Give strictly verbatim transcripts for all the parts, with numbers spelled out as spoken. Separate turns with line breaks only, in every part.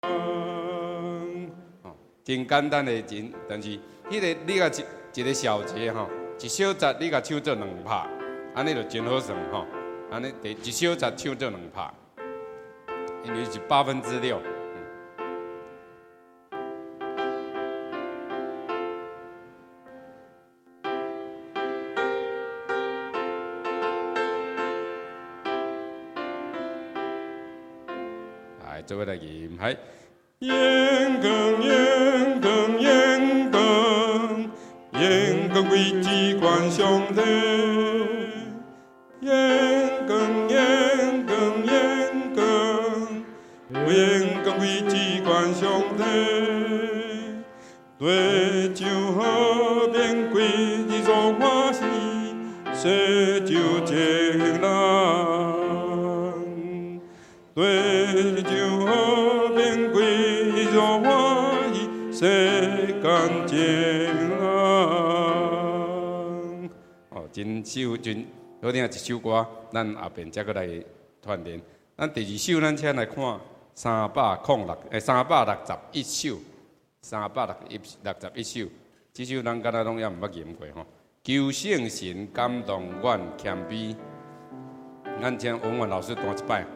哦，真简单的真，但是迄个你甲一一个小节吼，一小节你甲唱做两拍，安尼就真好算吼。安尼第一小节唱做两拍，因为是八分之六。 做伙来吟，系。眼光，眼光，眼光，眼光为机关相提。眼光，眼光，眼光，眼光为机关相提。对酒河边归，一座欢喜，水酒情郎。 对酒河边归，一座欢喜，世间情郎。哦，真首真好听一首歌，咱后边再过来串联。咱第二首，咱先来看三百零六，诶，三百六十一首，三百六一六十一首。这首咱敢若拢也毋捌吟过吼。求圣神感动阮谦卑，咱请文文老师弹一摆。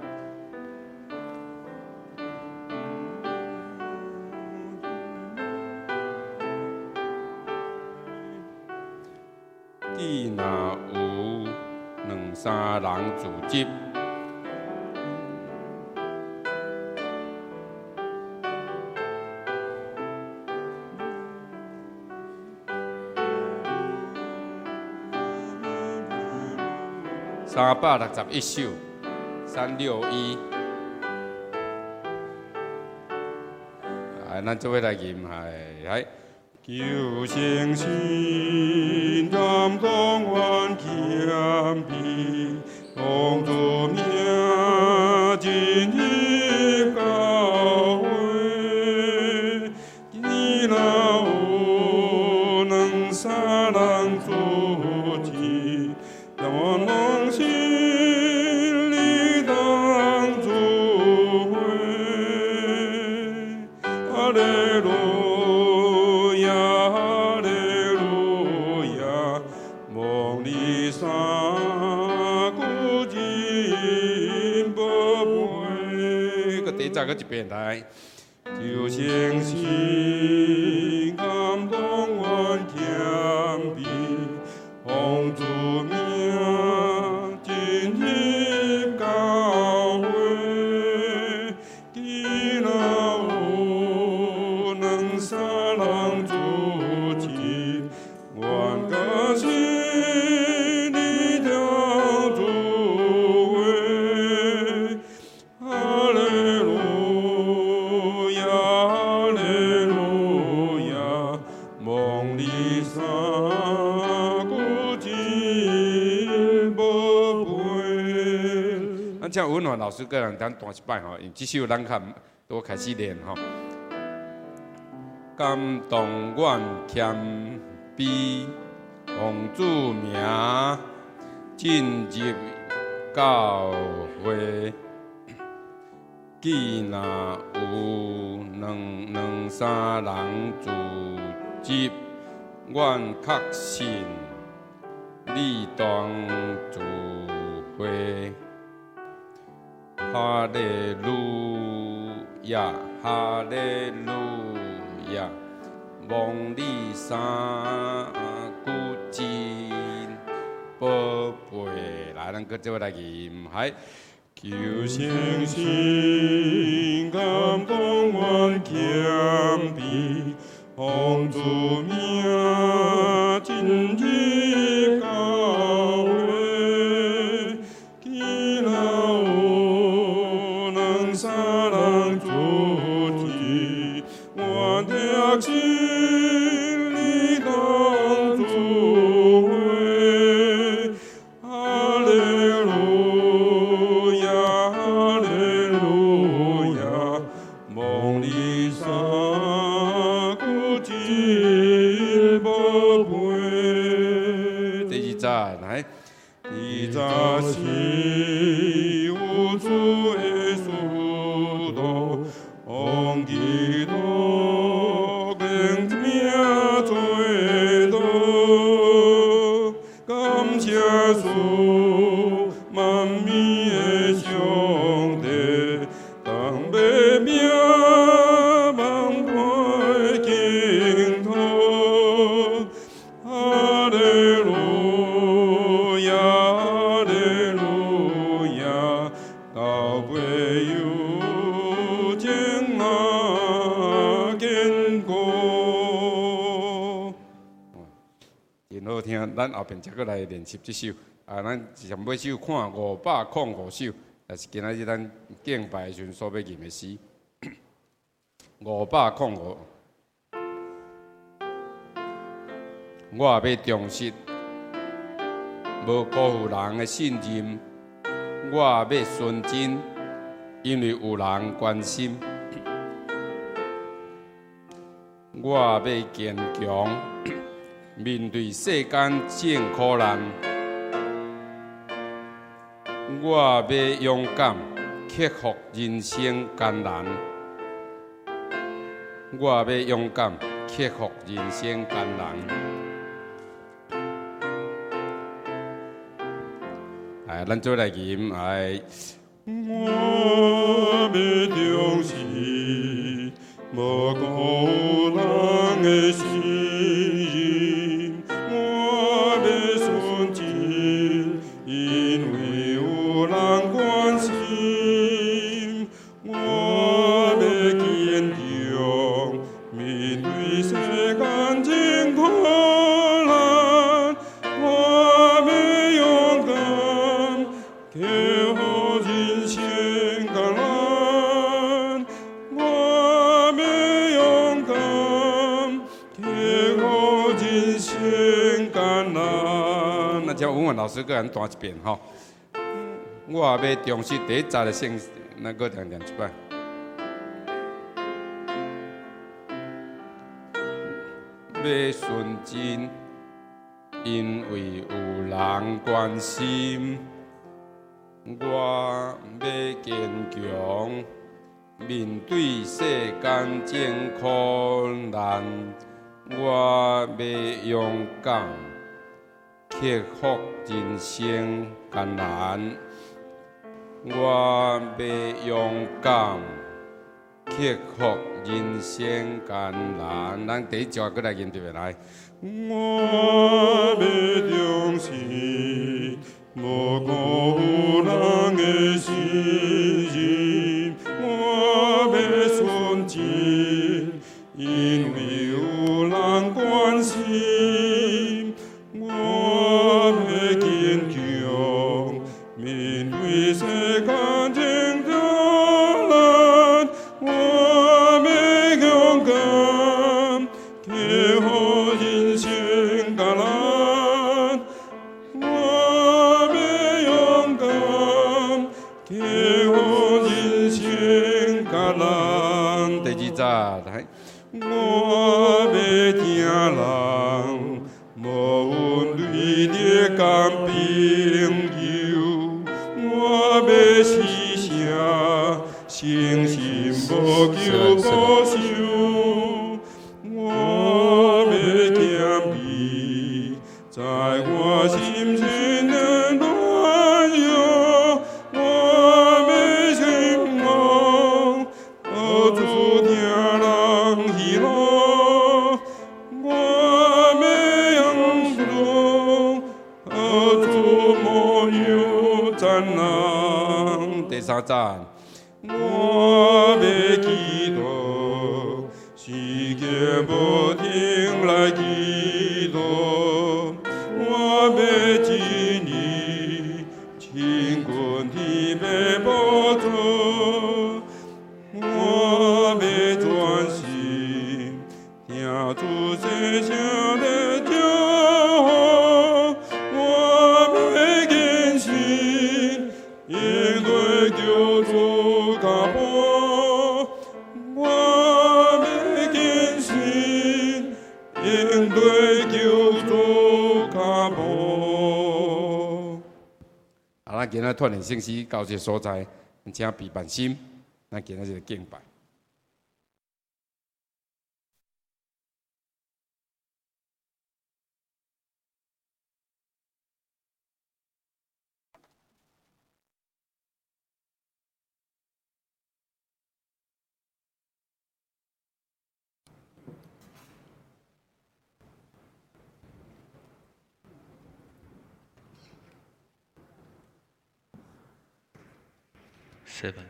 伊若有两三人自集，三百六十一首，三六一。来，咱做伙来吟，系来。 求圣神感动阮谦卑，帮助命进入教会。伊若有两三人自治，让我拢心里当主会。哈利路。 再个一遍来，求圣神感动阮谦卑，帮助命进入教会。伊若有两三人主持，阮甲心里当主会。哈利路。 咱请文华老师个人咱弹一摆吼，因这首咱较都开始练吼。感动阮谦卑，奉主名进入教会。既若有两两三人自集，阮确信你当自会。 哈利路亚，哈利路亚，望你三古真宝贝。来，咱搁做来吟，系求圣神感动阮谦卑，帮助命进入教会。既若有两三人主持，我的心里当主会。哈利路亚，哈利路亚，梦里三古真宝贝。第二站来。 你在是无主的速度，往
基督更名最多，感谢主万民的上帝，当被名望开净土。哈利路亚，哈利路亚，到会有情啊坚固。
真好听，咱后边再过来练习这首。啊，咱上尾首看五百零五首，也是今仔日咱敬拜的时阵所要吟的诗。五百零五，我要重视，无辜负人的信任。我要纯真，因为有人关心。我要坚强，面对世间正苦难。我要勇敢，克服人生艰难。我要勇敢，克服人生艰难。哎，咱做来吟，哎。
我要重视，无辜负人的信任。我要纯真，因为有人关心。我要坚强，面对世间真苦难。我要勇敢，克服人生艰难。我要勇敢，克服人生艰难。
那叫文文老师个人弹一遍吼。我要重视第一节的圣，那个念念一摆。要纯真，因为有人关心。我要坚强，面对世间真苦难。我要勇敢，克服人生艰难。我要勇敢，克服人生艰难。咱第一句过来念对来。
我要重视，无辜负人的信任。我要纯真，因为有人关心。我要坚强，面对世间真苦难。我要勇敢，克服人生艰难。我要勇敢，克服人生艰难。
第二节来。
我要听人无怨对烈感朋友。我要施舍，诚心无求报酬。我要谦卑，在我心深的软弱。我要信望，学主听人喜乐。我要仰望，学主无有赞人。
第三节。
我要祈祷，世界无停来祈祷。我要真理，亲近天父宝座。我要专心，听主细声的叫呼。我要坚信，应对救主脚步。我要坚信，应对救主脚步。
啊，咱今仔团练信息到这所在，请备办心，咱今仔日敬拜。
Second.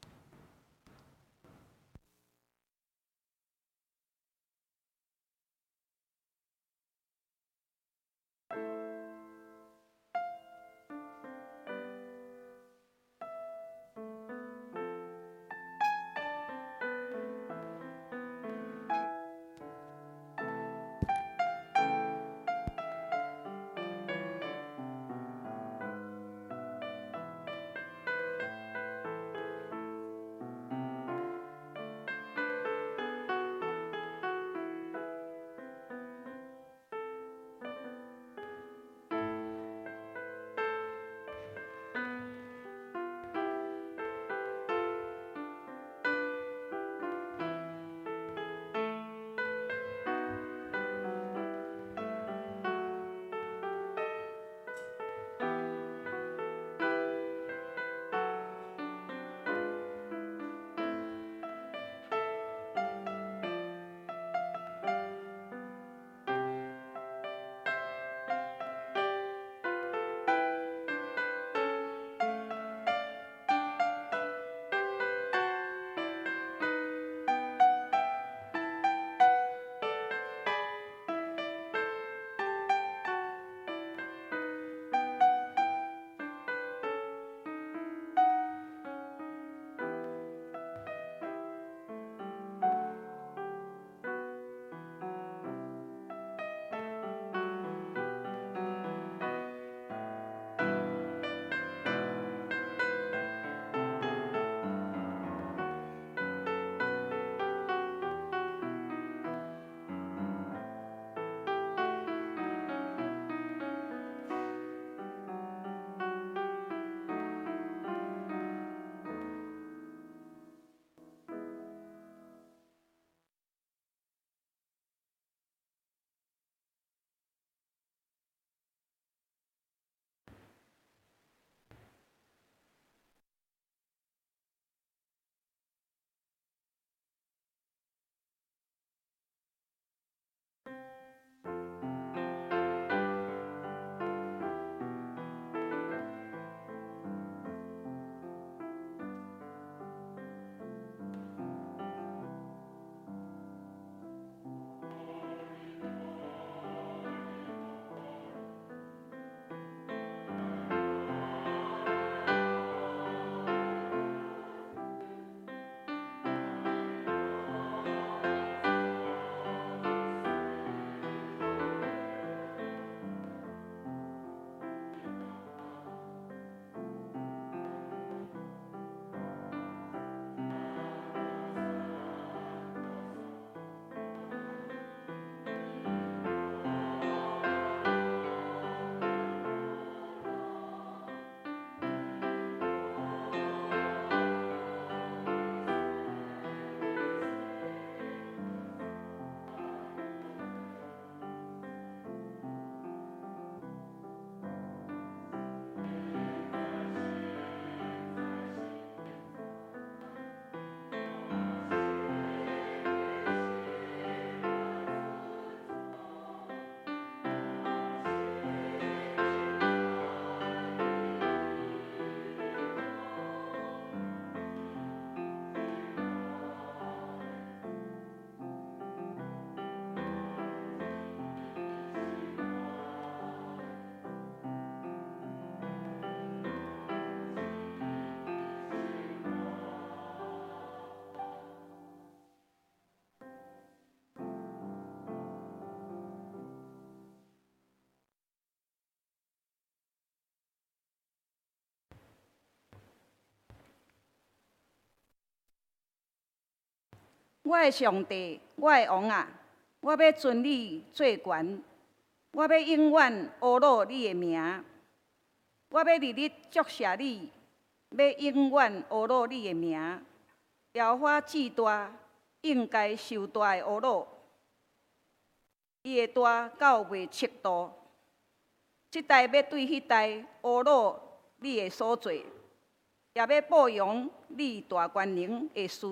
我的上帝，我的王啊，我要尊你最悬，我要永远阿罗你的名，我要日日祝谢你，要永远阿罗你的名，摇花至大，应该受大的阿罗，伊会大到袂测度。即代要对迄代阿罗你的所做，也要报扬你大权能的事。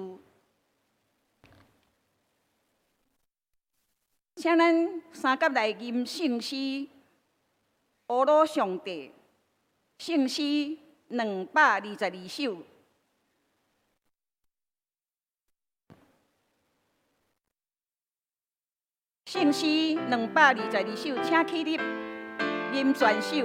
请咱三甲来吟圣诗，阿罗上帝，圣诗两百二十二首， 圣诗两百二十二首，请起立，吟全首。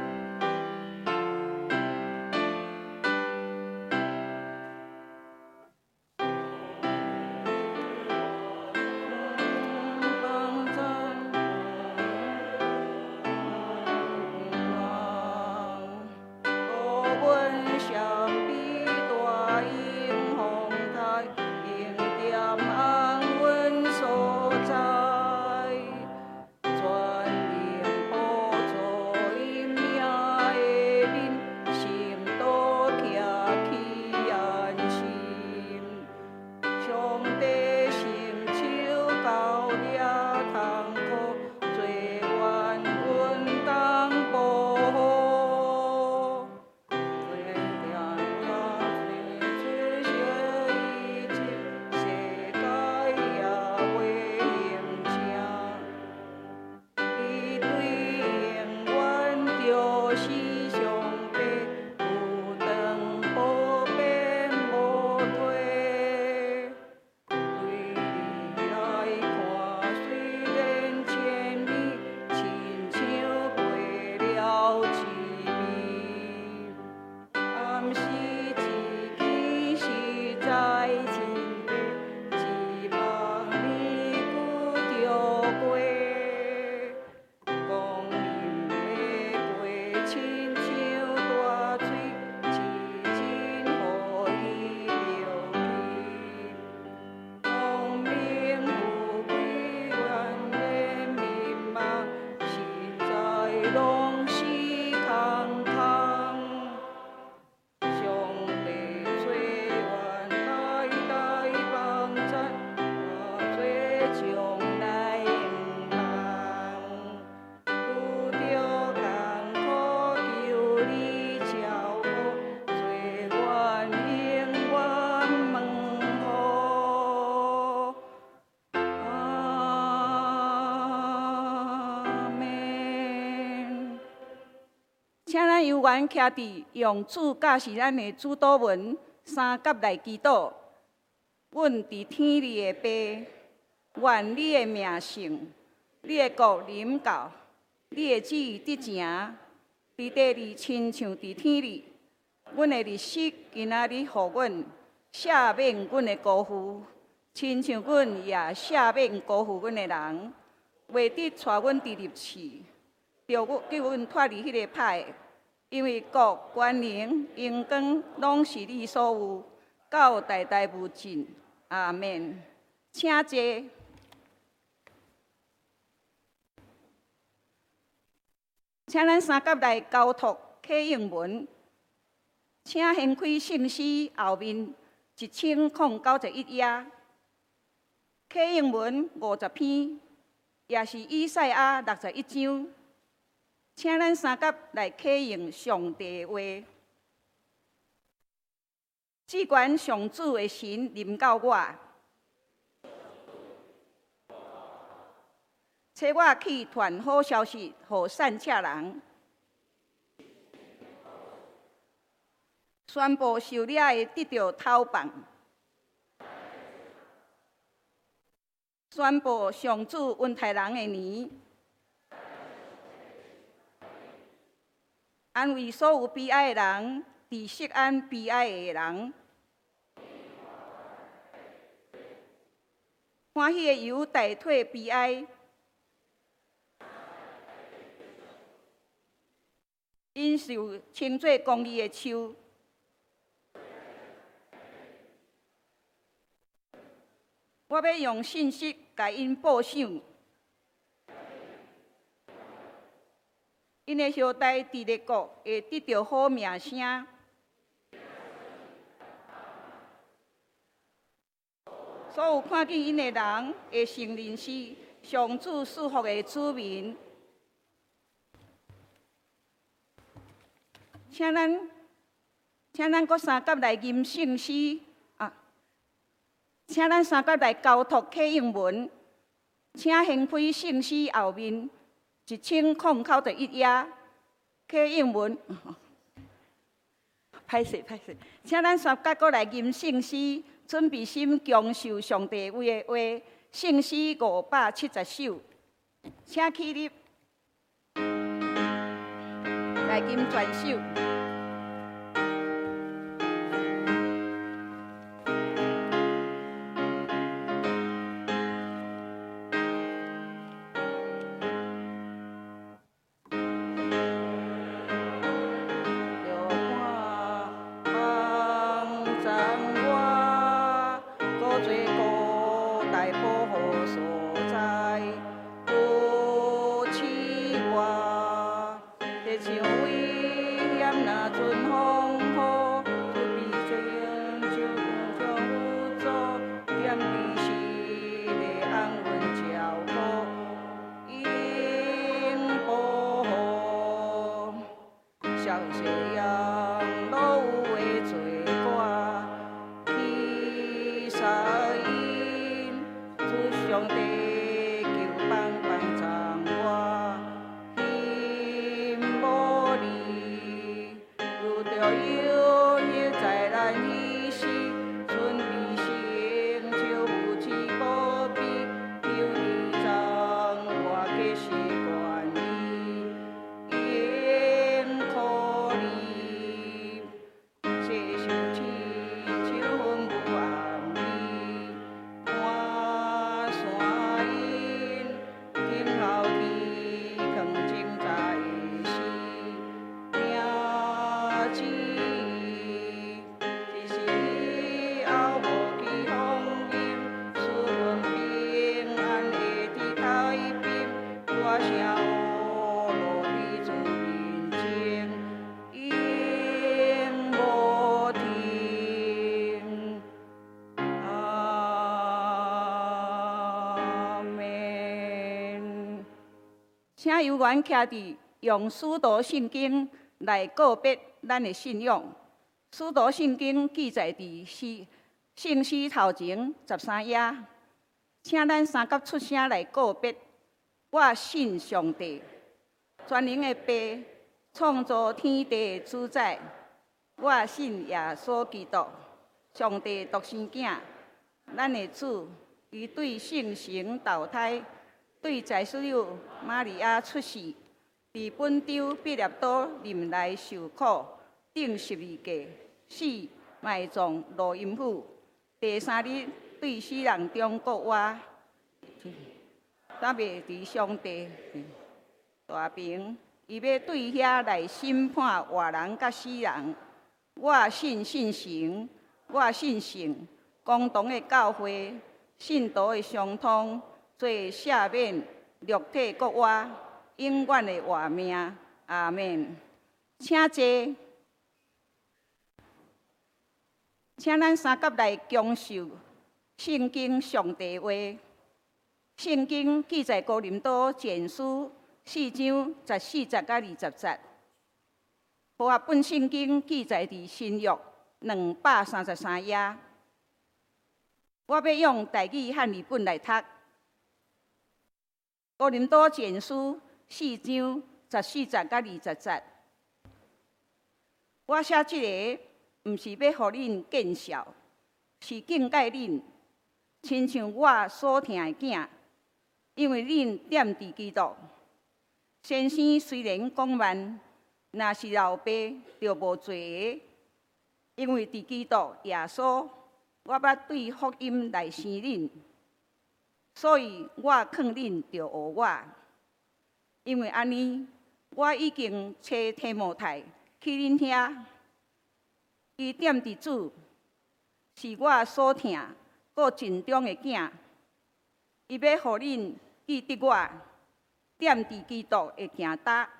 请咱游园徛伫用主教是咱的主祷文三甲来祈祷。阮伫天里的爸，愿你的名圣，你的国临到，你的旨意得成，伫地里亲像伫天里。阮的日食今仔日，互阮赦免阮的辜负，亲像阮也赦免辜负阮的人，袂得带阮伫入去。着阮叫阮脱离迄个歹，因为国、权能、荣光，拢是你所有，到代代无尽。阿免。请坐。请咱三甲来交托启应文，请掀开圣诗后面一千零九十一页，启应文五十篇，也是以赛亚六十一章。请咱三甲来启应上帝的话。至悬上主的神临到我，找我去传好消息，予善车人，宣布受掠的得到讨放，宣布上主恩待人的年。安慰所有悲哀的人，治释安悲哀的人。欢喜的油代替悲哀，因受称作公义的树。我要用信息甲因报赏。因的后代伫列国会得到好名声。所有看见因的人会承认是上主赐福的子民。请咱，请咱阁三甲来吟圣诗啊！请咱三甲来交托启应文，请掀开圣诗后面一千零九十一页启应文。歹势歹势，请咱三甲阁来吟圣诗。准备心强受上帝话的话， 圣诗五百七十首，请起立，来吟全首。请由阮徛伫用使徒圣经来告别咱的信仰。使徒圣经记载伫诗圣诗头前十三页，请咱三甲出声来告别。我信上帝，全能的爸，创造天地的主宰。我信耶稣基督，上帝独生囝，咱的主，伊对圣神投胎。对在世有玛利亚出世，伫本州毕业岛林内受苦，顶十字架，死埋葬罗阴府。第三日对死人中国活，当灭伫上帝大屏，伊要对遐来审判活人甲死人。我信信神，我信神，共同的教会，信徒的相通。做赦免、肉体国活、永远的活命，阿们。请坐，请咱三甲来恭受圣经上帝话。圣经记载哥林多前书四章十四节到二十节，和合本圣经记载伫新约两百三十三页。我要用台语和日本来读。哥林多前书四章十四节到二十节，我写即个，毋是要互恁见笑，是敬戒恁，亲像我所疼的囝，因为恁踮伫基督。先生虽然讲慢，若是老爸就无罪个，因为伫基督耶稣，我捌对福音来生恁。所以我劝恁着学我，因为安尼，我已经找提摩太去恁遐，伊踮伫主，是我所疼、搁尽忠的囝。伊要互恁记得我，踮伫基督的行搭，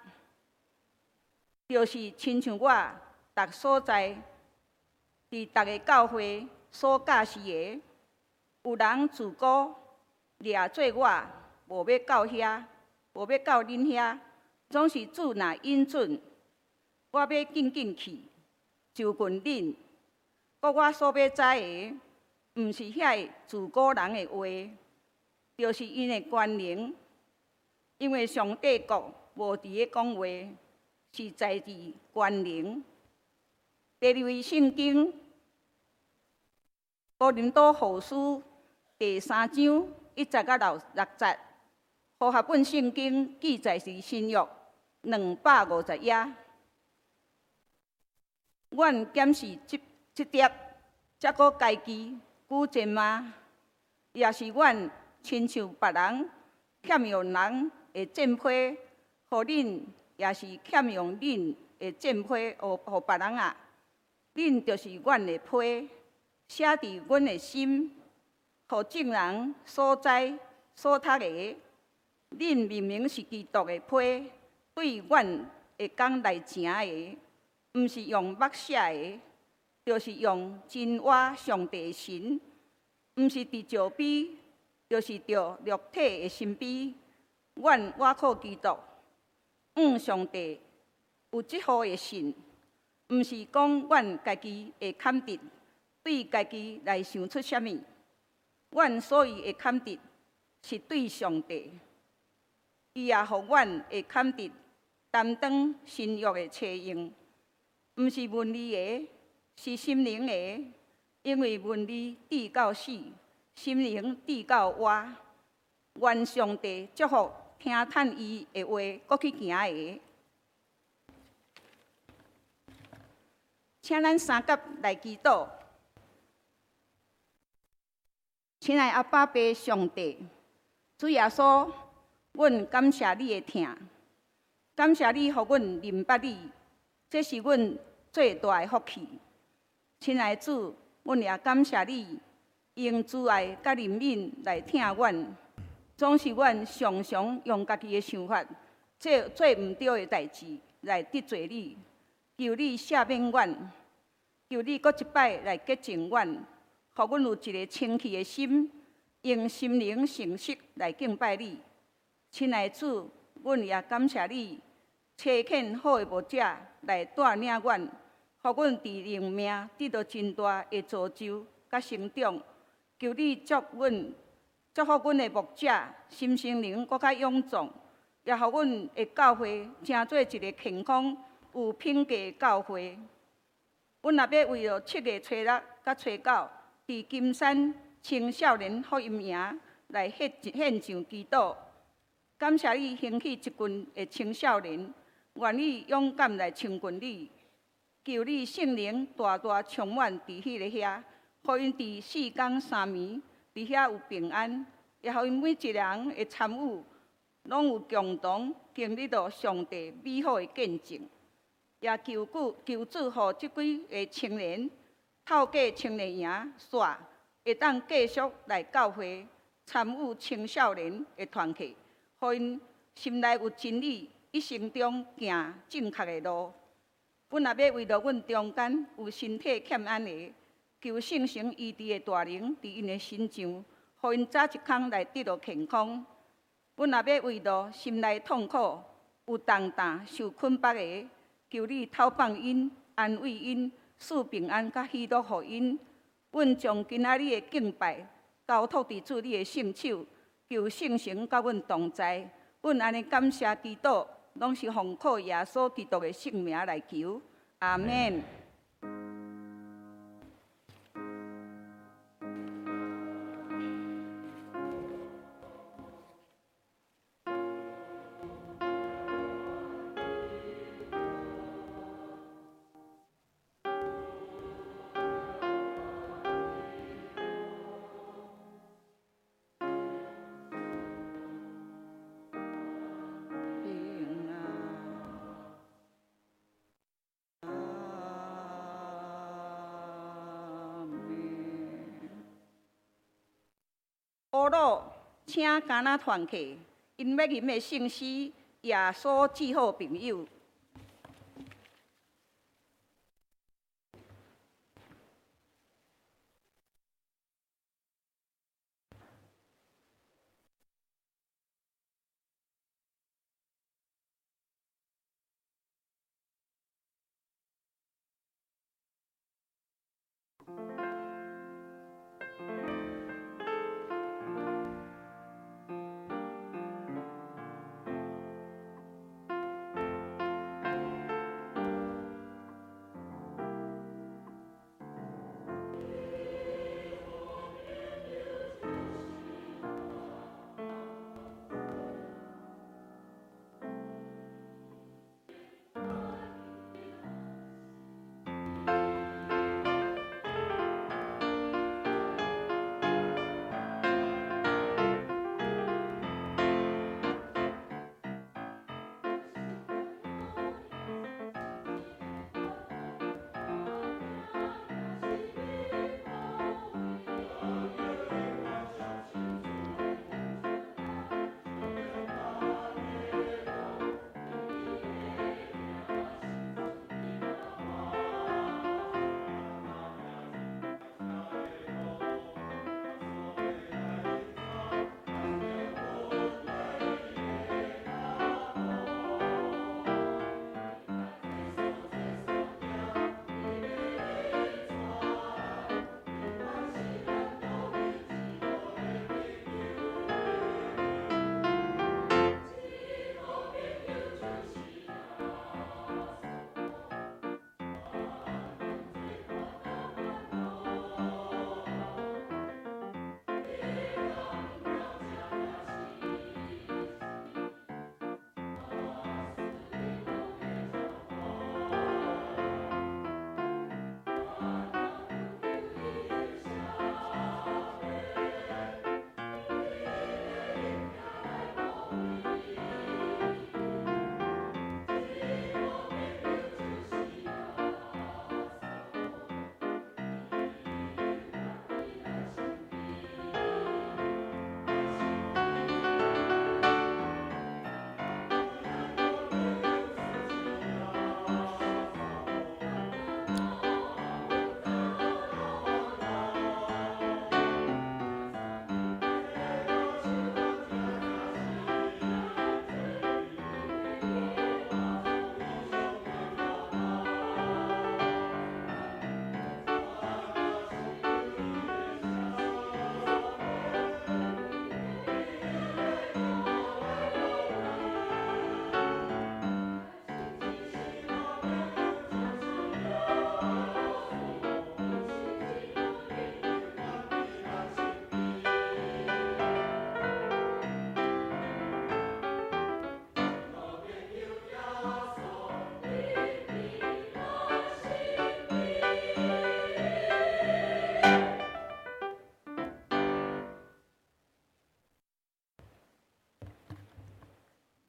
就是亲像我逐所在，伫逐个教会所教示的，有人自古。掠做我，无要到遐，无要到恁遐，总是主若应准，我要紧紧去，就近恁。搁我所要知的，毋是遐自古人的话，就是因的权能。因为上帝国无伫咧讲话，是在伫权能。第二位圣经，哥林多后书第三章。 一节到六六节，和合本圣经记载是新约两百五十页。阮检视即即碟，才阁家己举证吗？也是阮亲像别人欠用人的证批，互恁也是欠用恁的证批，互互别人啊。恁就是阮的批，写伫阮的心，互众人所知所读的。恁明明是基督的批，对阮会讲来诚的，毋是用墨写的，就是用真话上帝的神，毋是伫石碑，就是着肉体的身边。阮我靠基督，嗯，上帝有即号的信，毋是讲阮家己会坎得，对家己来想出啥物。阮所以会坎得，是对上帝。伊也互阮会坎得担当新约的车用，毋是文理的，是心灵的。因为文理治到死，心灵治到活。愿上帝祝福听趁伊的话，搁去行的。请咱三甲来祈祷。亲爱阿爸爸上帝，主耶稣，阮感谢你的疼，感谢你，互阮明白你，这是阮最大的福气。亲爱主，阮也感谢你，用慈爱甲怜悯来疼阮。总是阮常常用家己的想法，做做毋对的代志来得罪你。求你赦免阮，求你搁一摆来洁净阮，互阮有一个清气的心，用心灵诚实来敬拜你。亲爱的主，阮也感谢你，差遣好的牧者来带领阮，互阮伫灵命得到真大的造就甲成长。求你祝阮。祝福阮的牧者心心灵搁较勇壮，也互阮的教会成做一个健康、有品格的教会。阮也要为了七月初六甲初九，伫金山青少年福音营来献献上祈祷。感谢你兴起一群的青少年，愿意勇敢来亲近你，求你圣灵大大充满伫迄个遐，互因伫四天三暝。伫遐有平安，也互因每一个人会参与，拢有共同经历到上帝美好的见证。也求主求主，互即几个青年透过青年营煞，会当继续来教会参与青少年的团契，互因心内有真理，一生中行正确的路。阮也要为着阮中间有身体欠安的。求圣神医治的大能伫因的身上，互因早一空来得到健康。阮也要为着心内痛苦、有重担、受困迫的，求你透放因、安慰因、赐平安甲喜乐互因。阮将今仔日的敬拜交托伫主你的圣手，求圣神甲阮同在。阮安尼感谢祈祷，拢是奉靠耶稣基督的圣名来求，阿免。乌鲁，请橄榄团契，因要吟的圣诗，耶稣至好朋友。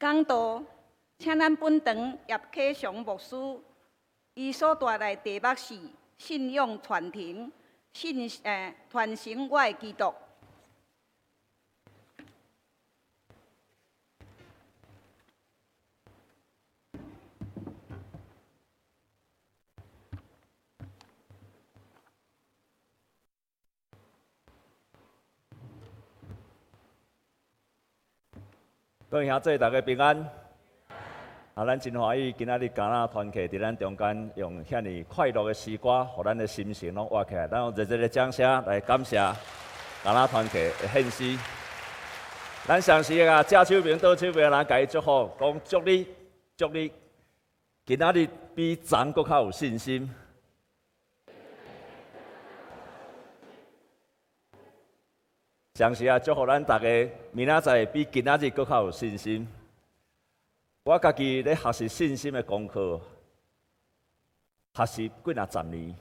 讲道，请咱本堂叶启祥牧师，伊所带来题目是信仰传承，信诶传承我的基督。
各位兄弟，大家平安。啊，咱真欢喜，今仔日橄榄团契伫咱中间，用遐尼快乐的诗歌，互咱的心情拢活起来。咱用热热的掌声来感谢橄榄团契的献诗。咱上时啊，正手边、倒手边的人，甲伊祝福，讲祝你、祝你，今仔日比昨搁较有信心。上时啊，祝福咱大家明仔载比今仔日搁较有信心。我家己咧学习信心的功课，学习几若十年。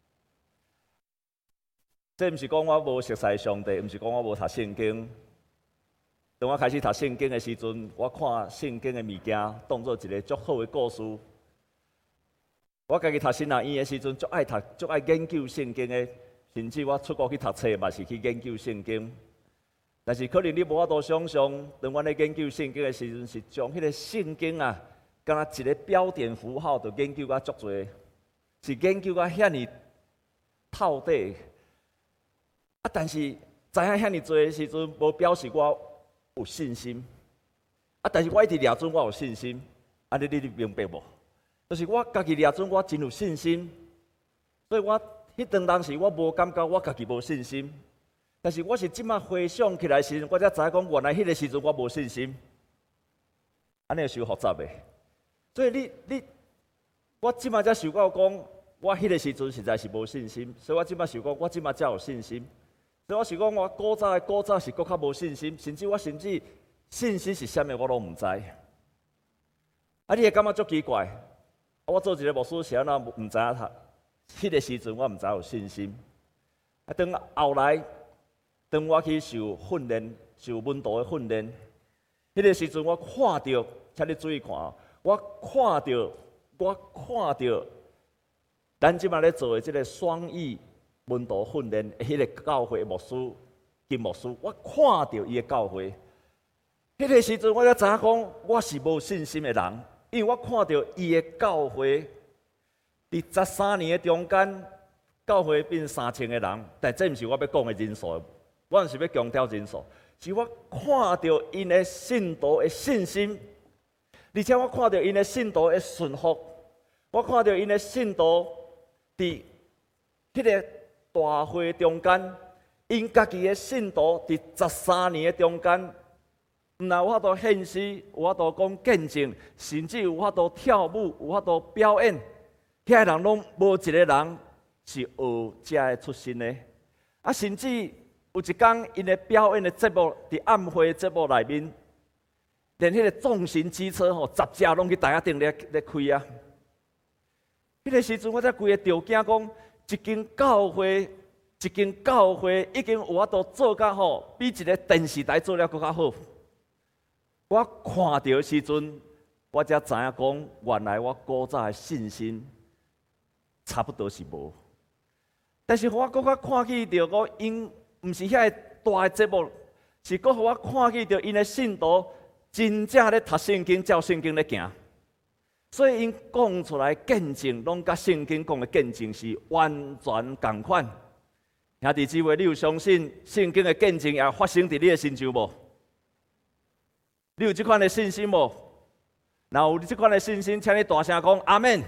这毋是讲我无熟悉上帝，毋是讲我无读圣经。当我开始读圣经的时阵，我看圣经的物件当做一个足好的故事。我家己读神学院的时阵，足爱读、足爱研究圣经的。甚至我出国去读册，嘛是去研究圣经。但是可能你无法度想象，当我咧研究圣经的时阵，是将迄个圣经啊，敢若一个标点符号，就研究甲足侪，是研究甲遐尼透底。啊，但是知影遐尼侪的时阵，无表示我有信心。啊，但是我一直抓准我有信心。啊，你你你明白无？就是我家己抓准我真有信心，所以我。迄当当时我无感觉我家己无信心，但是我是即摆回想起来时，我才知影讲原来迄个时阵我无信心，安尼是有复杂的。所以你你，我即摆才想到讲，我迄个时阵实在是无信心，所以我即摆想讲，我即摆才有信心。所以我想讲，我古早的古早是搁较无信心，甚至我甚至信心是啥物我拢毋知。啊，你会感觉足奇怪？我做一个牧师是安怎毋知影读？迄个时阵，我毋知有信心。啊，等后来，当我去受训练、受文道的训练，迄个时阵，我看到，请你注意看哦，我看到，我看到，咱即摆咧做的即个双语文道训练，迄个教会牧师金牧师，我看到伊的教会。迄个时阵，我才知影讲，我是无信心的人，因为我看到伊的教会。伫十三年的中间，教会变三千个人，但这毋是我要讲的人数，我毋是要强调人数，是我看到因的信徒的信心，而且我看到因的信徒的顺服，我看到因的信徒伫迄个大会中间，因家己的信徒伫十三年的中间，毋但有法度献诗，有法度讲见证，甚至有法度跳舞，有法度表演。遐人拢无一个人是学遮的出身的，啊，甚至有一天，因的表演的节目伫暗会节目内面，连迄个纵行机车吼，十架拢去台下顶咧咧开啊。迄个时阵，我才规个着惊讲，一间教会，一间教会已经有法度做甲吼，比一个电视台做了搁较好。我看到的时阵，我才知影讲，原来我古早的信心。差不多是无，但是我搁较看起着个因，毋是遐个大个节目，是搁互我看起着因的信徒真正咧读圣经，照圣经咧行，所以因讲出来见证，拢甲圣经讲的见证是完全共款。兄弟姊妹，你有相信圣经的见证也发生伫你的身上无？你有这款的信心无？若有这款的信心，请你大声讲阿门。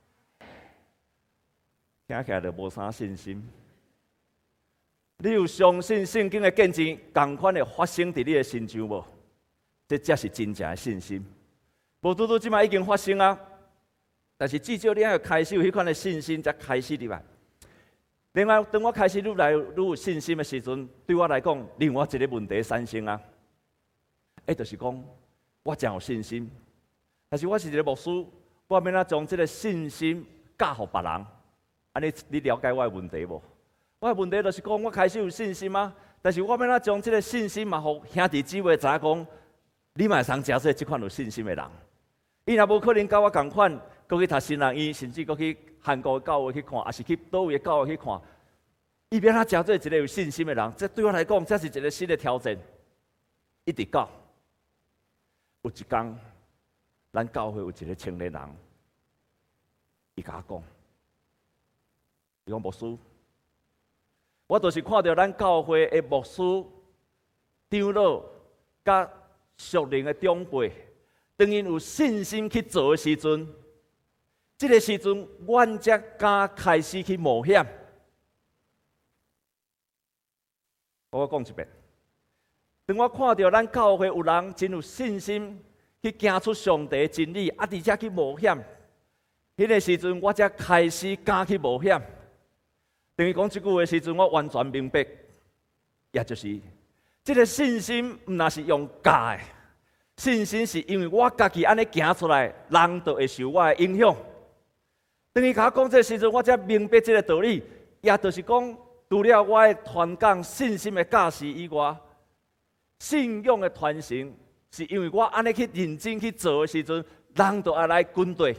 听起来就无啥信心。你有相信圣经的见证，同款的发生伫你的身上无？这才是真正的信心。无拄拄即摆已经发生啊，但是至少你要开始有迄款的信心，才开始入来。另外，当我开始愈来愈有信心的时阵，对我来讲，另外一个问题产生啊，哎，就是讲我真有信心，但是我是一个牧师，我要怎将这个信心教予别人？安尼，你了解我的问题无？我的问题就是讲，我开始有信心啊，但是我要怎将这个信心嘛，互兄弟姊妹知影讲， 你嘛会通真做即款有信心的人。伊若无可能甲我共款，搁去读新人医，甚至搁去韩国的教会去看，还是去倒位的教会去看。伊变他真做一个有信心的人，这对我来讲，这是一个新的挑战。一直到有一天，咱教会有一个青年人，伊甲我讲，伊讲牧师，我就是看到咱教会的牧师、长老、甲属灵的长辈，当因有信心去做的时阵，这个时阵，阮才敢开始去冒险。我讲一遍，当我看到咱教会有人真有信心去行出上帝的真理，啊，而且去冒险，迄个时阵我才开始敢去冒险。等于讲这句话的时阵，我完全明白，也就是这个信心，毋那是用假的，信心是因为我家己安尼行出来，人就会受我的影响。等于甲我讲这个时阵，我才明白这个道理，也就是讲，除了我的传讲信心的教示以外，信仰的传承，是因为我安尼去认真去做的时阵，人就爱来跟对。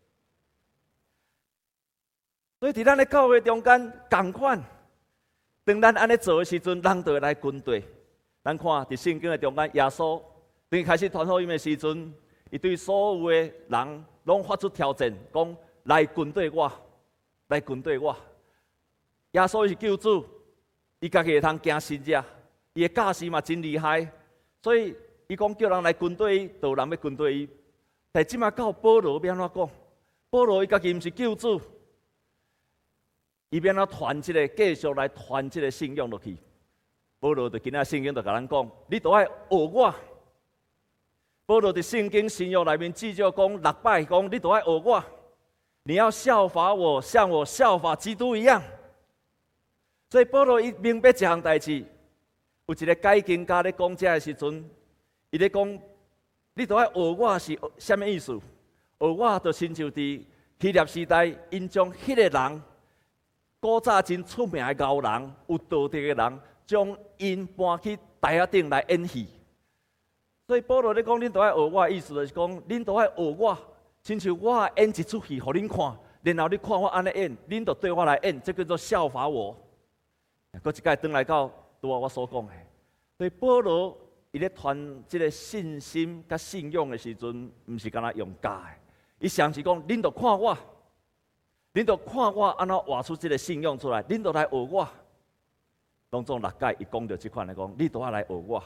所以伫咱的教会中间，同款，当咱安尼做的时阵，人就会来跟对。咱看伫圣经的中间，耶稣当开始传福音的时阵，伊对所有的人拢发出挑战，讲来跟对我，来跟对我。耶稣是救主，伊家己会通行神迹，伊的教示嘛真厉害，所以伊讲叫人来跟对伊，就有人要跟对伊。但即马到保罗要安怎讲？保罗伊家己毋是救主，伊要安怎传即个继续来传即个信仰落去？保罗伫今仔圣经就甲咱讲，你都爱学我。保罗伫圣经新约内面至少讲六摆，讲你都爱学我，你要效法我，像我效法基督一样。所以保罗伊明白一项代志，有一个解经家咧讲这的时阵，伊咧讲，你都爱学我是啥物意思？学我就亲像伫希腊时代，因将迄个人，古早真出名的牛人，有道德的人，将因搬去台仔顶来演戏。所以保罗咧讲，恁都爱学我的意思就是讲，恁都爱学我，亲像我演一出戏，互恁看，然后你看我安尼演，恁就对我来演，这叫做效法我。搁一摆转来到拄我我所讲的，所以保罗伊咧传即个信心甲信仰的时阵，毋是干那用假的，伊常是讲，恁就看我，恁就看我安怎画出即个信仰出来，恁就来学我。当中六解伊讲到即款来讲，你都要来学我。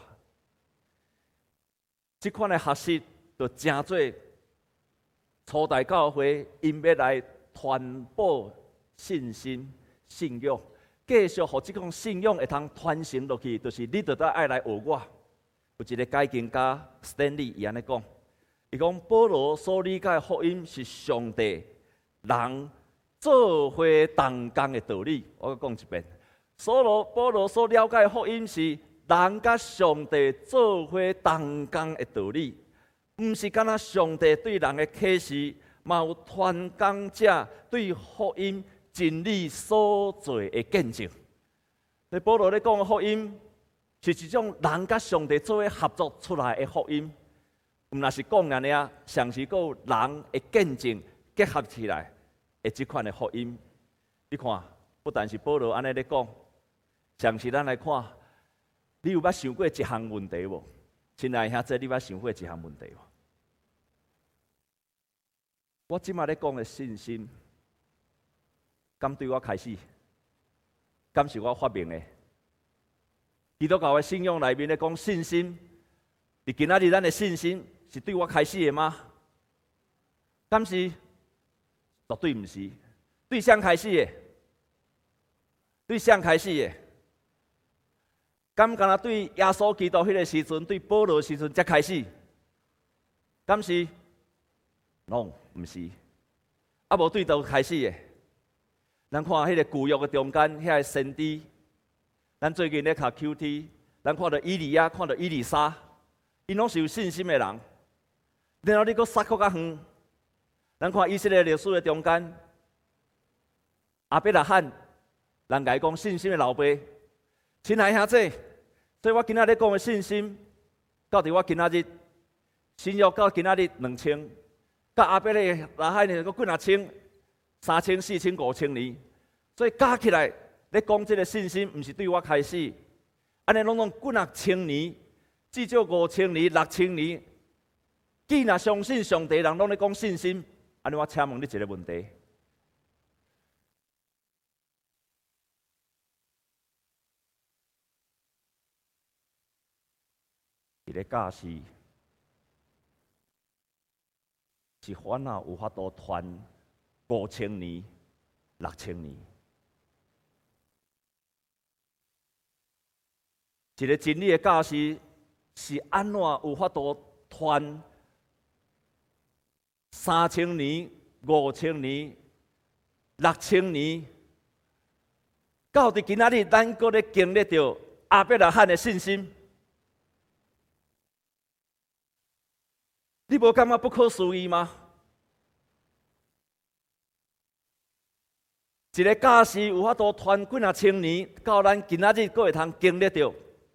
即款的学习，就真做初代教会因要来传播信心、信仰。继续，互即种信仰会通传承落去，就是你着得爱来学我。有一个解经家 Stanley 伊安尼讲，伊讲保罗所理解福音是上帝人做伙同工的道理。我讲一遍，所罗保罗所了解福音是人甲上帝做伙同工的道理，毋是干那上帝对人的启示，嘛有传讲者对福音真理所做的见证。所以保罗咧讲的福音，是一种人甲上帝做伙合作出来的福音。毋若是讲安尼啊，像是有人的见证结合起来的即款的福音。你看，不但是保罗安尼咧讲，像是咱来看，你有捌想过一项问题无？亲爱的兄弟，你捌想过一项问题无？我即马咧讲的信心。敢对我开始？敢是我发明的？基督教的信仰内面咧讲信心，伫今仔日咱的信心是对我开始的吗？敢是？绝对毋是。对谁开始的？对谁开始的？敢敢若对耶稣基督迄个时阵，对保罗时阵才开始？敢是？拢毋是。啊，无对倒开始的？咱看迄个旧约的中间，遐个先知，咱最近咧读 Q T， 咱看到以利亚，看到以利沙，因拢是有信心的人。然后你搁撒克较远，咱看以色列历史的中间，亚伯拉罕，人家讲信心的老爸。亲爱兄弟，所以我今仔日讲的信心，到底我今仔日新约到今仔日两千，甲阿伯勒拉罕呢，佫几若千、三千、四千、五千年，所以加起来，咧讲这个信心，毋是对我开始，安尼拢拢几若千年，至少五千年、六千年，既若相信上帝人拢咧讲信心，安尼我请问你一个问题。一个教士是烦恼有法度传五千年、六千年。一个真理的教士是安怎有法度传三千年、五千年、六千年？到伫今仔日，咱搁咧经历着亚伯拉罕的信心。你无感觉不可思议吗？一个教士有法度传几若千年，到咱今仔日阁会通经历到，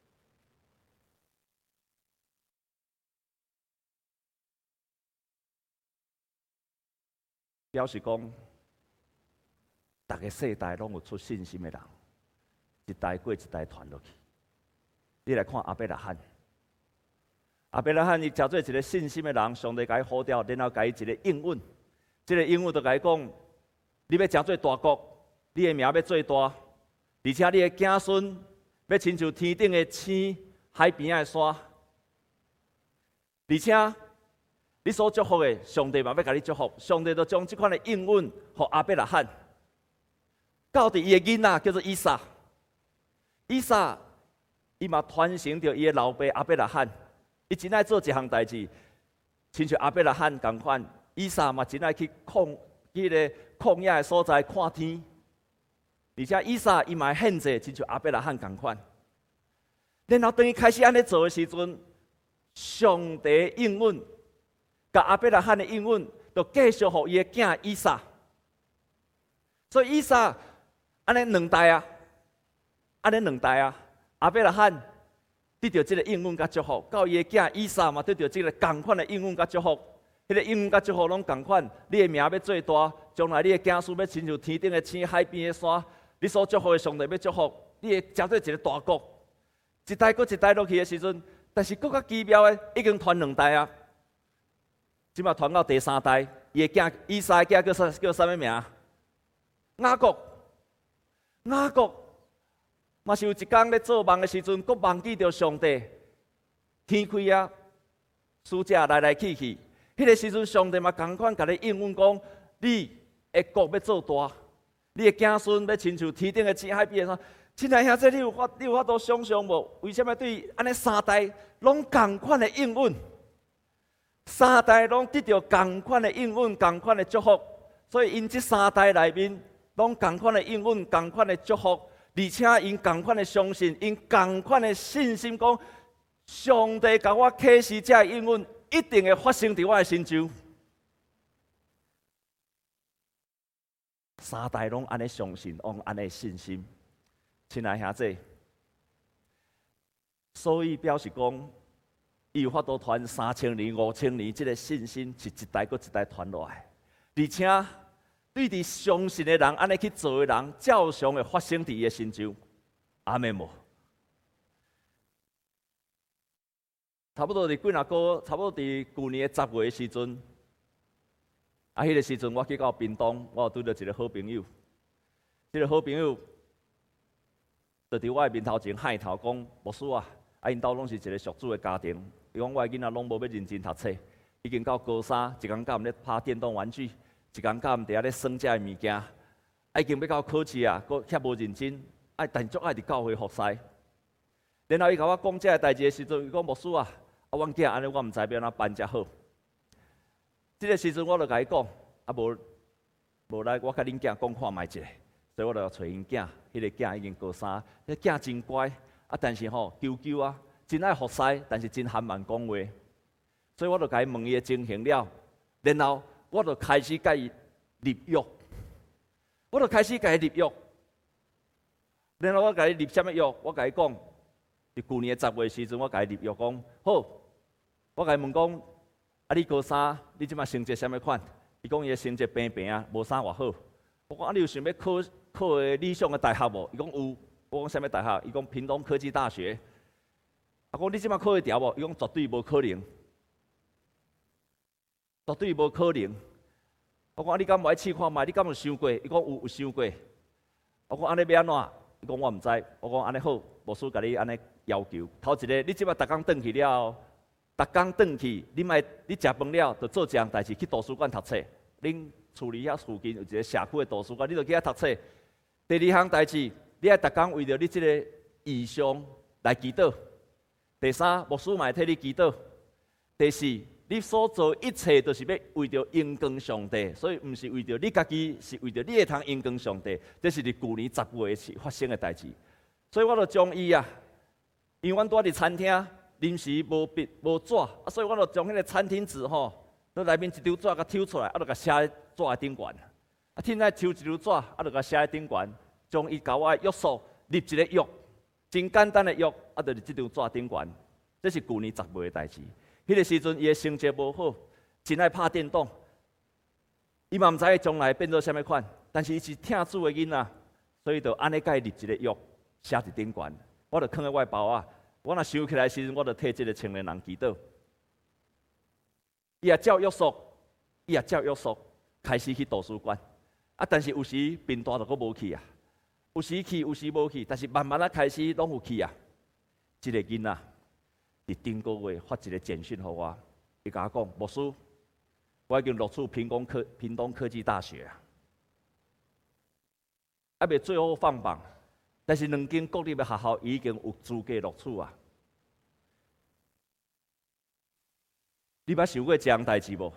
表示讲，逐个世代拢有出信心的人，一代过一代传落去。你来看亚伯拉罕。亚伯拉罕伊诚做一个信心的人，上帝甲伊呼召，然后甲伊一个应允。这个应允就甲伊讲：你要诚做大国，你的名要做大，而且你的子孙要亲像天顶的星、海边的沙。而且你所祝福的，上帝嘛要甲你祝福。上帝就将这款的应允给亚伯拉罕。到伫伊的囡仔叫做以撒，以撒伊嘛传承着伊的老爸亚伯拉罕。伊真爱做一项代志，亲像亚伯拉罕同款，以撒嘛真爱去旷迄个旷野的所在看天，而且以撒伊嘛献祭，亲像亚伯拉罕同款。然后当伊开始安尼做的时阵，上帝应允，甲亚伯拉罕的应允，就继续互伊的囝以撒。所以以撒安尼两代啊，安尼两代啊，亚伯拉罕得到这个应允甲祝福，到伊的囝以撒嘛得到这个同款的应允甲祝福。迄个应允甲祝福拢同款，你的名要做大，将来你的子孙要亲像天顶的星、海边的沙。你所祝福的上帝要祝福，你会成做一个大国。一代搁一代落去的时阵，但是更较奇妙的，已经传两代啊。即马传到第三代，伊的囝以撒的囝叫啥叫啥物名？雅各。雅各。嘛是有一天咧做梦的时阵，佫忘记着上帝，天开啊，使者来来去去。迄个时阵，上帝嘛同款甲你应允讲，你的国要做大，你的子孙要亲像天顶的星、海边的沙。亲爱兄弟，你有法你有法度想象无？为什么对安尼三代拢同款的应允？三代拢得到同款的应允、同款的祝福，所以因这三代内面拢同款的应允、同款的祝福。而且因同款的相信，因同款的信心，讲上帝甲我启示这个应允，一定会发生伫我的身上。三代拢安尼相信，用安尼信心，亲爱兄弟，所以表示讲，伊有法度传三千年、五千年，这个信心是一代搁一代传落来，而且。对伫相信的人，安尼去做的人，照常会发生伫伊的身上。阿门无？差不多伫几若个，差不多伫去年的十月的时阵，啊，迄、那个时阵我去到屏东，我有拄到一个好朋友。这个好朋友就伫我的面头前喊头讲：“牧师啊，啊，因兜拢是一个属主的家庭。伊讲我的囡仔拢无要认真读册，已经到高三，一工到毋咧拍电动玩具。”一工到毋伫遐咧耍遮个物件，已经要到考试啊，佫遐无认真，爱但足爱伫教会服侍。然后伊甲我讲遮个代志的时阵，伊讲牧师啊，啊，阮囝安尼我毋知要安怎办才好。即个时阵我就甲伊讲，啊无无来，我甲恁囝讲看卖一下。所以我就找因囝，迄、那个囝已经高三，迄囝真乖，啊但是吼求求啊，真爱服侍，但是真含慢讲话。所以我就甲伊问伊的情形了，然后。我就开始甲伊立约，我就开始甲伊立约。然后我甲伊立什么约？我甲伊讲，伫去年的十月时阵，我甲伊立约讲，好，我甲伊问讲， 啊，你高三，你即马成绩啥物款？伊讲伊的成绩平平啊，无啥偌好。我讲啊，你有想要考考个理想的大学无？伊讲有。我讲啥物大学？伊讲屏东科技大学。啊，讲你即马考会调无？伊讲绝对无可能，绝对无可能。我讲啊，你敢无爱试看觅？你敢有想过？伊讲有，有想过。我讲安尼要安怎？伊讲我毋知。我讲安尼好，牧师甲你安尼要求。头一个，你即马逐工转去了后，逐工转去，你莫你食饭了，就做一样代志，去图书馆读册。恁厝里遐附近有一个社区的图书馆，你就去遐读册。第二项代志。你爱逐工为着你即个意向来祈祷。第三，牧师嘛会替你祈祷。第四，你所做一切都是要为着荣光上帝，所以毋是为着你家己，是为着你会通荣光上帝。这是伫旧年十月时发生的代志。所以我就将伊啊，因为阮住伫餐厅，临时无笔无纸，啊，所以我就将迄个餐厅纸吼，在内面一张纸甲抽出来，啊，就甲写在纸的顶悬。啊，凊彩抽一张纸，啊，就甲写在顶悬。将伊甲我的约束立一个约，真简单的约，啊，就是即张纸顶悬。这是旧年十月的代志。迄个时阵，伊的成绩无好，真爱拍电动。伊嘛毋知伊将来变做啥物款，但是伊是听主的囡仔，所以就安尼甲伊立一个约，写伫顶悬。我就放在我的包啊，我若想起来时阵，我就替即个青年人祈祷。伊也照约束，伊也照约束，开始去图书馆。啊，但是有时病大就阁无去啊。有时去，有时无去，但是慢慢啊开始拢有去啊。即个囡仔伫顶个月发一个简讯互我，伊甲我讲：牧师，我已经录取屏东科屏东科技大学啊，还未最后放榜，但是两间国立的学校已经有资格录取啊。你捌想过这样代志无？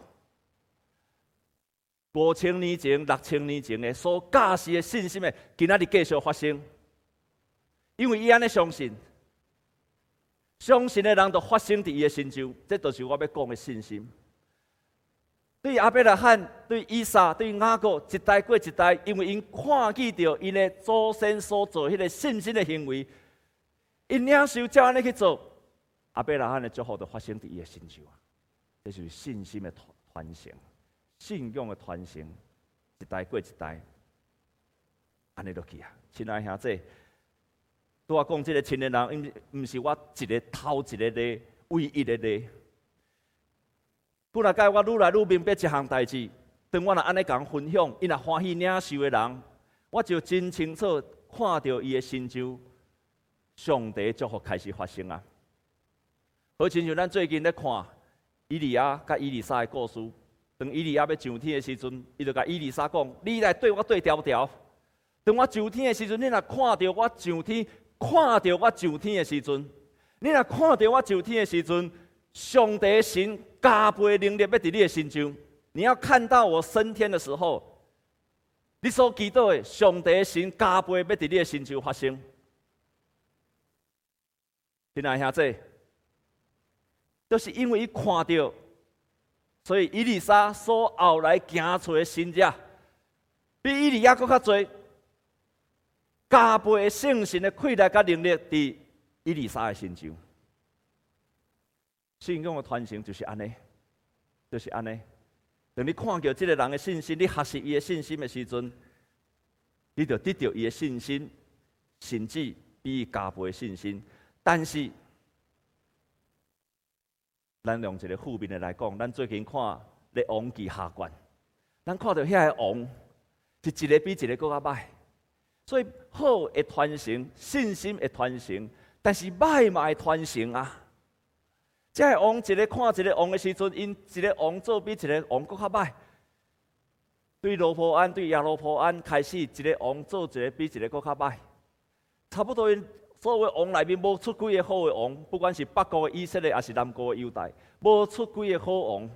五千年前、六千年前的所假设的信心的，今仔日继续发生，因为伊安尼相信，相信的人就发生伫伊的身上，这就是我要讲的信心。对阿伯拉罕、对以撒、对雅各，一代过一代，因为因看见到因的祖先所做迄个信心的行为，因领受照安尼去做，阿伯拉罕的祝福就发生伫伊的身上啊！这就是信心的传承。信仰的传承，一代过一代，安尼落去啊！亲爱兄弟，拄我讲即个青年人，因毋是我一个头一个咧，唯一的咧。本来甲我愈来愈明白一项代志，当我若安尼共分享，伊若欢喜领受的人，我就真清楚看到伊的心上，上帝祝福开始发生啊！好，亲像咱最近咧看以利亚甲以利沙的故事。当以利亚要上天的时阵，伊就甲以利沙讲：“你来对我对调调。当我上天的时阵，你若看到我上天，看到我上天的时阵，你若看到我上天的时阵，上帝神加倍能力要伫你的身上。你要看到我升天的时候，你所祈祷的上帝神加倍要伫你的身上发生。”亲爱兄弟，就是因为伊看到。所以以利沙所后来行出的新者，比以利亚搁较侪，加倍的圣神的气力甲能力伫以利沙的身上。信仰的传承就是安尼，就是安尼。当你看到这个人的信心，你学习伊的信心的时阵，你就得到伊的信心，甚至比伊加倍的信心。但是，咱用一个负面的来讲，咱最近看《列王记下卷》，咱看到遐个王是一个比一个更较歹，所以好会传承，信心会传承，但是歹嘛会传承啊。这个王一个看一个王的时阵，因一个王做比一个王更较歹。对罗波安、对亚罗波安开始，一个王做一个比一个更较歹，差不多因。所有的王内面无出几个好的王，不管是北国的以色列，还是南国的犹大，无出几个好王。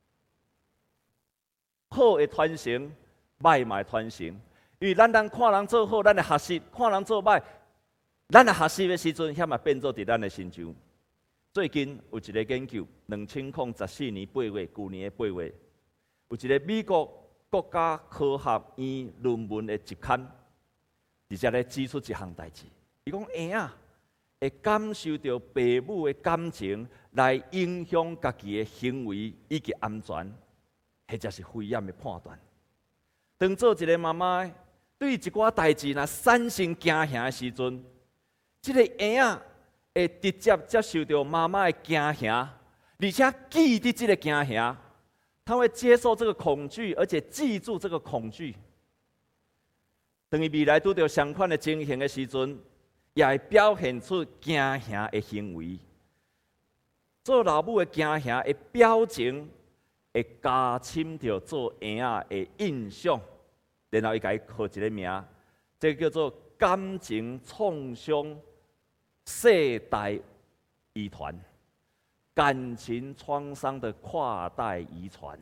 好的传承，歹嘛传承。因为咱人看人做好，咱的学习；看人做歹，咱的学习的时阵，遐嘛变做伫咱的身上。最近有一个研究，两千零十四年八月，去年的八月，有一个美国国家科学院论文的集刊，而且咧指出一项代志。伊讲婴仔会感受到父母的感情， 来影响家己的行为以及安全，或者是危险的判断。当做一个妈妈，对一寡代志若产生惊吓的时阵，这个婴仔会直接接受到妈妈的惊吓，而且记得这个惊吓，他会接受这个恐惧，而且记住这个恐惧。等于未来拄到相款的情形的时阵，也会表现出惊吓的行为。做老母的惊吓的表情，会加深着做婴仔的印象。然后伊甲伊号一个名，这个叫做感情创伤世代遗传，感情创伤的跨代遗传。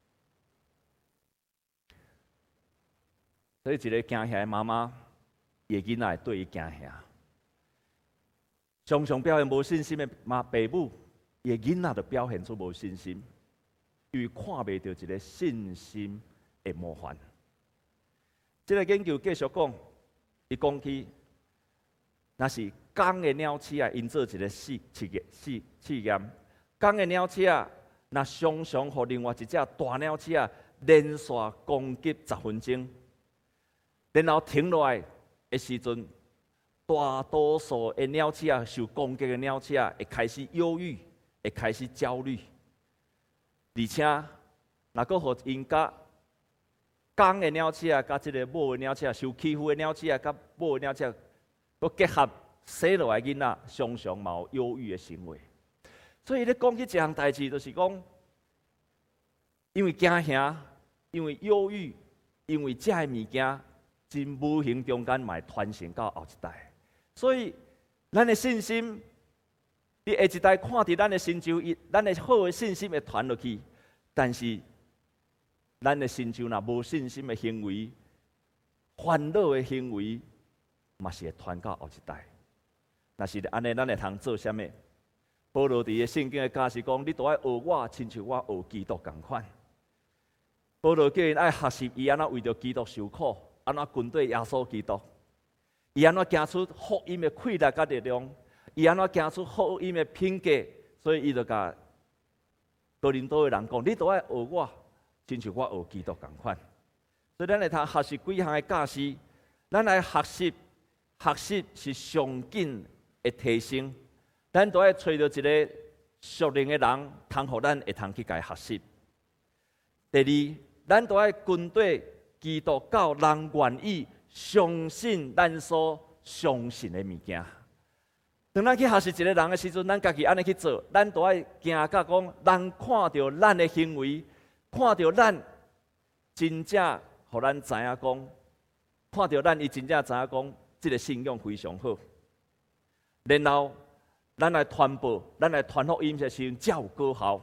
所以，一个惊吓的妈妈，伊囡仔会对伊惊吓。常常表现无信心的妈爸母，伊囡仔就表现出无信心，因为看袂到一个信心的模范。这个研究继续讲，伊讲起，那是公的鸟鼠啊，因做一个试试验试试验。公的鸟鼠啊，那常常互另外一只大鸟鼠啊连续攻击十分钟，然后停落来的时阵，大多数的鸟鼠啊受攻击的鸟鼠啊会开始忧郁，会开始焦虑，而且若阁互因甲公的鸟鼠啊，甲即个母的鸟鼠啊，受欺负的鸟鼠啊，甲母的鸟鼠啊，佮结合生落来囡仔，常常嘛有忧郁的行为。所以咧讲起一项代志，就是讲，因为惊吓，因为忧郁，因为这个物件，真无形中间嘛会传承到后一代。所以，咱的信心，伫下一代看伫咱的成就，咱的好的信心会传落去，但是。咱的亲像若无信心的行为、烦恼的行为，嘛是会传到后一代。若是安尼，咱会通做啥物？保罗伫个圣经的教是讲，你都爱学我，亲像我学基督共款。保罗叫因爱学习伊安怎为着基督受苦，安怎跟对耶稣基督，伊安怎行出福音的快乐甲力量，伊安怎行出福音的品格。所以伊就甲哥林多的人讲，你都爱学我。亲像我学基督共款，所以咱会通学习几项的教示，咱来学习，学习是上紧的提升。咱都要找到一个属灵的人，通互咱会通去甲伊学习。第二，咱都要跟对基督教人愿意相信咱所相信的物件。当咱去学习一个人的时阵，咱家己安尼去做，咱都要惊甲讲，人看到咱的行为。看到咱真正，互咱知影讲，看到咱伊真正知影讲，即个信仰非常好。然后，咱来传播，咱来传福音的时候，才有果效。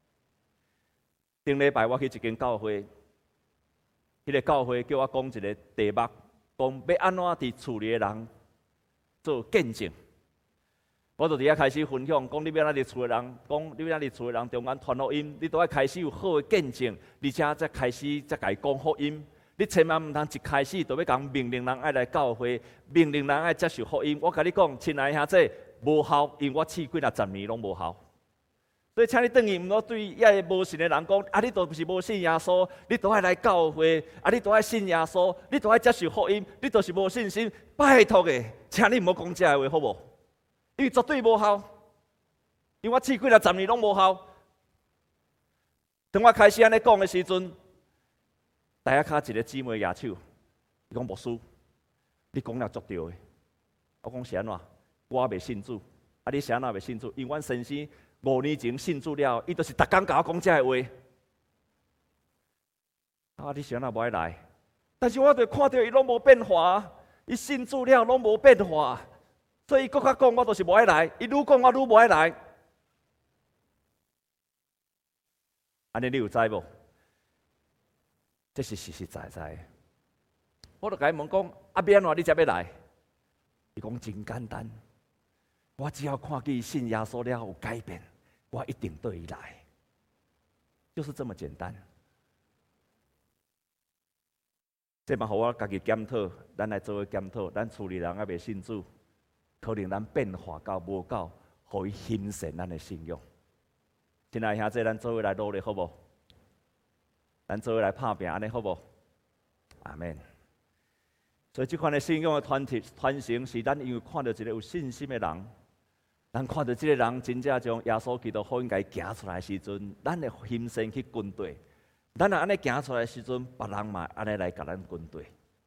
顶礼拜我去一间教会，迄、那个教会叫我讲一个题目，讲要安怎伫厝里的人做见证。我就伫遐开始分享，讲你要安怎伫厝的人，讲你要安怎伫厝的人中间传福音，你都要开始有好的见证，而且才开始才甲伊讲福音。你千万唔通一开始就要讲命令人爱来教会，命令人爱接受福音。我甲你讲，亲爱的兄弟，无效，因为我试几若十年拢无效。所以，请你等于唔好对遐个无信的人讲，啊，你都不是无信耶稣，你都爱来教会，啊，你都爱信耶稣，你都爱接受福音，你都是无信心。拜托的，请你唔好讲这个话，好无？因为绝对无效，因为我试几若十年拢无效。当我开始安尼讲的时阵，大家卡一个姊妹举手，伊讲牧师，你讲了足对的。我讲是安怎？我袂信主，啊，你是安怎袂信主？因为阮先生五年前信主了，伊就是逐工甲我讲这个话。啊，你是安怎无爱来？但是我就看到伊拢无变化，伊信主了拢无变化。所以，搁较讲，我就是无爱来。伊愈讲，我愈无爱来。安尼你有知无？这是实实在在的。我就甲伊问讲，啊，要安怎你才要来？伊讲真简单，我只要看见伊信耶稣了有改变，我一定对伊来，就是这么简单。这嘛，互我家己检讨，咱来做个检讨，咱厝里人也袂信主。可能咱变化到无够，互伊形成咱的信仰。 亲爱兄弟，咱做伙来努力好无？咱做伙来拍拼，安尼好无？阿门。所以这款的信仰的传体传承，是咱因为看到一个有信心的人，咱看到这个人真正将耶稣基督福音行出来的时阵，咱会心生去军队。咱若安尼行出来的时阵，别人嘛安尼来甲咱军队。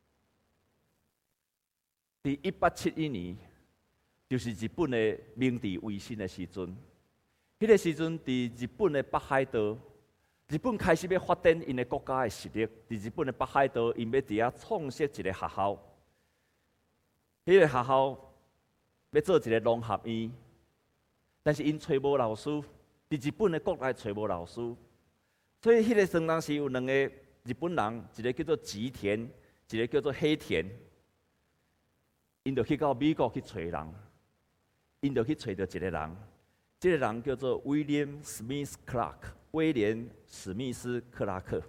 伫一八七一年，就是日本的明治维新的时阵。迄个时阵，伫日本的北海道，日本开始要发展因的国家的实力。伫日本的北海道，因要伫遐创设一个学校。迄个学校要做一个农学院，但是因找无老师，伫日本的国内找无老师，所以迄个当时有两个日本人，一个叫做吉田，一个叫做黑田。因就去到美国去找人，因就去找到一个人，这个人叫做 William Smith Clark， 威廉史密斯克拉克。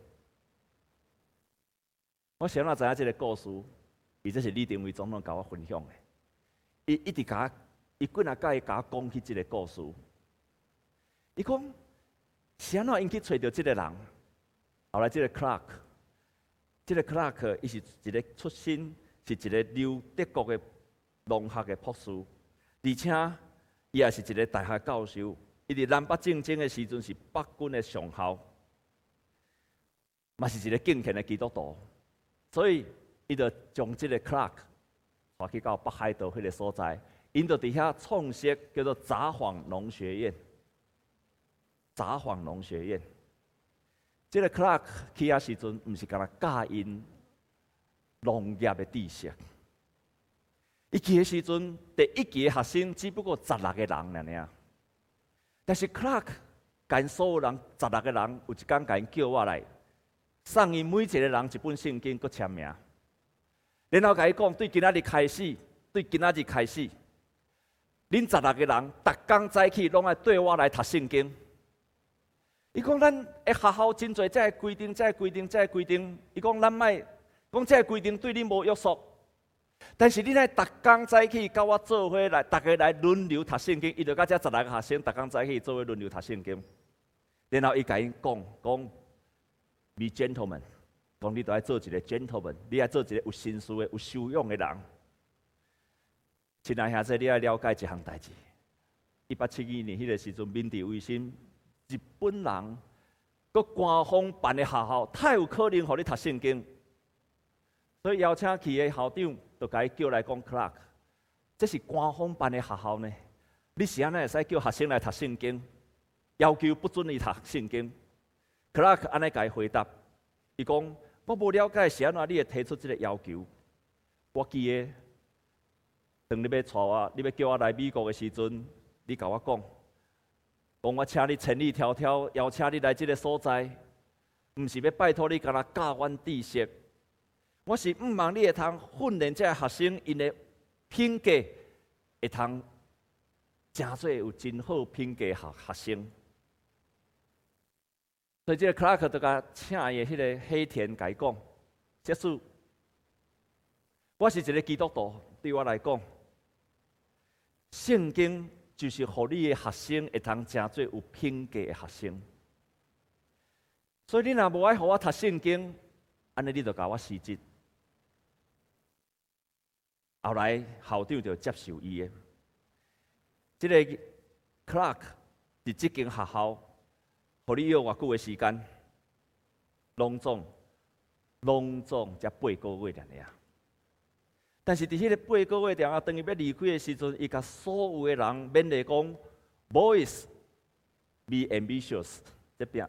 我想要知影这个故事，伊这是李登辉总统甲我分享的。伊一直甲我，伊几若甲伊甲我讲起这个故事。伊讲是安怎因去找到这个人？后来这个 Clark， 这个 Clark 伊是一个出身。是一个留德国的农学的博士，而且伊也是一个大学教授。伊伫南北战争的时阵是北军的上校，嘛是一个敬虔的基督徒。所以伊就将这个 Clark 带去到北海道迄个所在，因就伫遐创设叫做札幌农学院。札幌农学院，这个 Clark 去遐时阵，毋是干那教因。农业的知识，伊去的时阵，第一期的学生只不过十六个人尔，但是 Clark 跟所有人十六个人，有一天甲因叫我来，送伊每一个人一本圣经，佮签名，然后甲伊讲，对今仔日开始，对今仔日开始，恁十六个人，逐工早起拢爱对我来读圣经。伊讲咱的学校真侪，这规定，这规定，这规定，伊讲咱莫。讲这个规定对你无约束，但是你来逐工早起，甲我做伙来，大家来轮流读圣经。伊就甲这十来个学生，逐工早起做伙轮流读圣经。然后伊甲因讲讲 ，be gentleman， 讲你都要做一个 gentleman， 你要做一个有绅士的、有修养的人。亲爱兄弟，你要了解一项代志。一八七二年迄个时阵，明治维新，日本人佮官方办的学校，太有可能互你读圣经。所以邀请去的校长就甲伊叫来讲 ，Clark， 这是官方办的学校呢，你是安尼会使叫学生来读圣经，要求不准伊读圣经。Clark 安尼甲伊回答，伊讲我无了解是安怎，你会提出这个要求。我记得，当你要带我，你要叫我来美国的时阵，你甲我讲，讲我请你千里迢迢邀请你来这个所在，毋是要拜托你干那教阮知识。我是毋望你会通训练这学生因的品格，会通真做有真好品格学学生。所以这个 Clark 就甲请伊迄个黑田甲伊讲，即使我是一个基督徒，对我来讲，圣经就是互你的学生会通真做有品格的学生。所以你若无爱互我读圣经，安尼你就甲我辞职。后来校长就接受伊的，这个 Clark 伫这间学校，互你用偌久的时间，拢总拢总才八个月尔尔。但是伫迄个八个月中啊，当伊要离开的时阵，伊甲所有的人勉励讲 ，Boys be ambitious， 这边，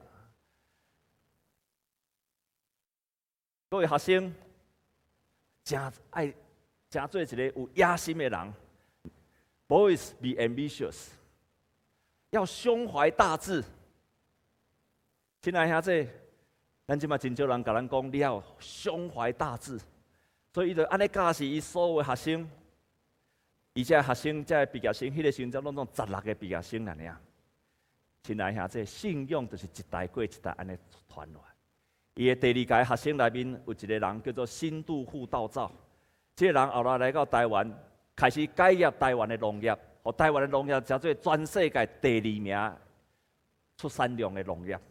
各位学生，真爱。真做一个有野心的人 ，Boys be ambitious， 要胸怀大志。亲爱兄弟，咱即马真少人甲咱讲，你要胸怀大志，所以伊就安尼教示伊所有的学生，而且学生即个毕业生，迄个时阵拢总十六个毕业生安尼啊。亲爱兄弟，信仰就是一代过一代安尼传落来。伊的第二届学生内面有一个人叫做新渡户道造。这个人后来来到台湾，开始改业台湾的农业，互台湾的农业成做全世界第二名出产量的农业。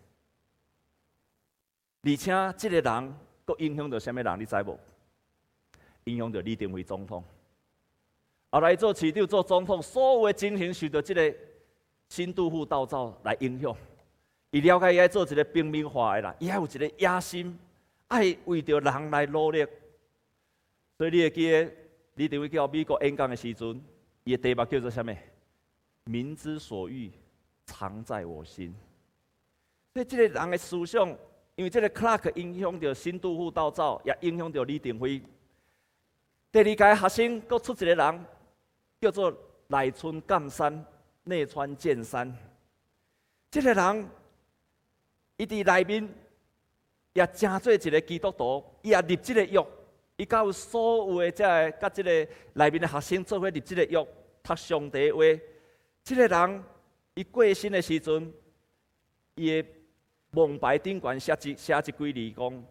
而且，这个人佫影响到什么人？你知无？影响到李登辉总统。后来做市长、做总统，所有的情形受到这个新杜甫道造来影响。伊了解伊爱做一个平民化的人，伊爱有一个野心，爱为着人来努力。所以你会记得李登辉到美国演讲的时阵，伊的题目叫做什么？民之所欲，常在我心。所以这个人的思想，因为这个 Clark 影响到新杜甫道造，也影响到李登辉。第二届学生佫出一个人，叫做赖春干山、内川健山。这个人，伊伫内面也真做一个基督徒，伊也立这个约，伊甲所有的这个甲这个内面的学生做伙立这个约，读上帝的话。这个人，伊过身的时阵，伊的蒙牌顶悬写一写一几字讲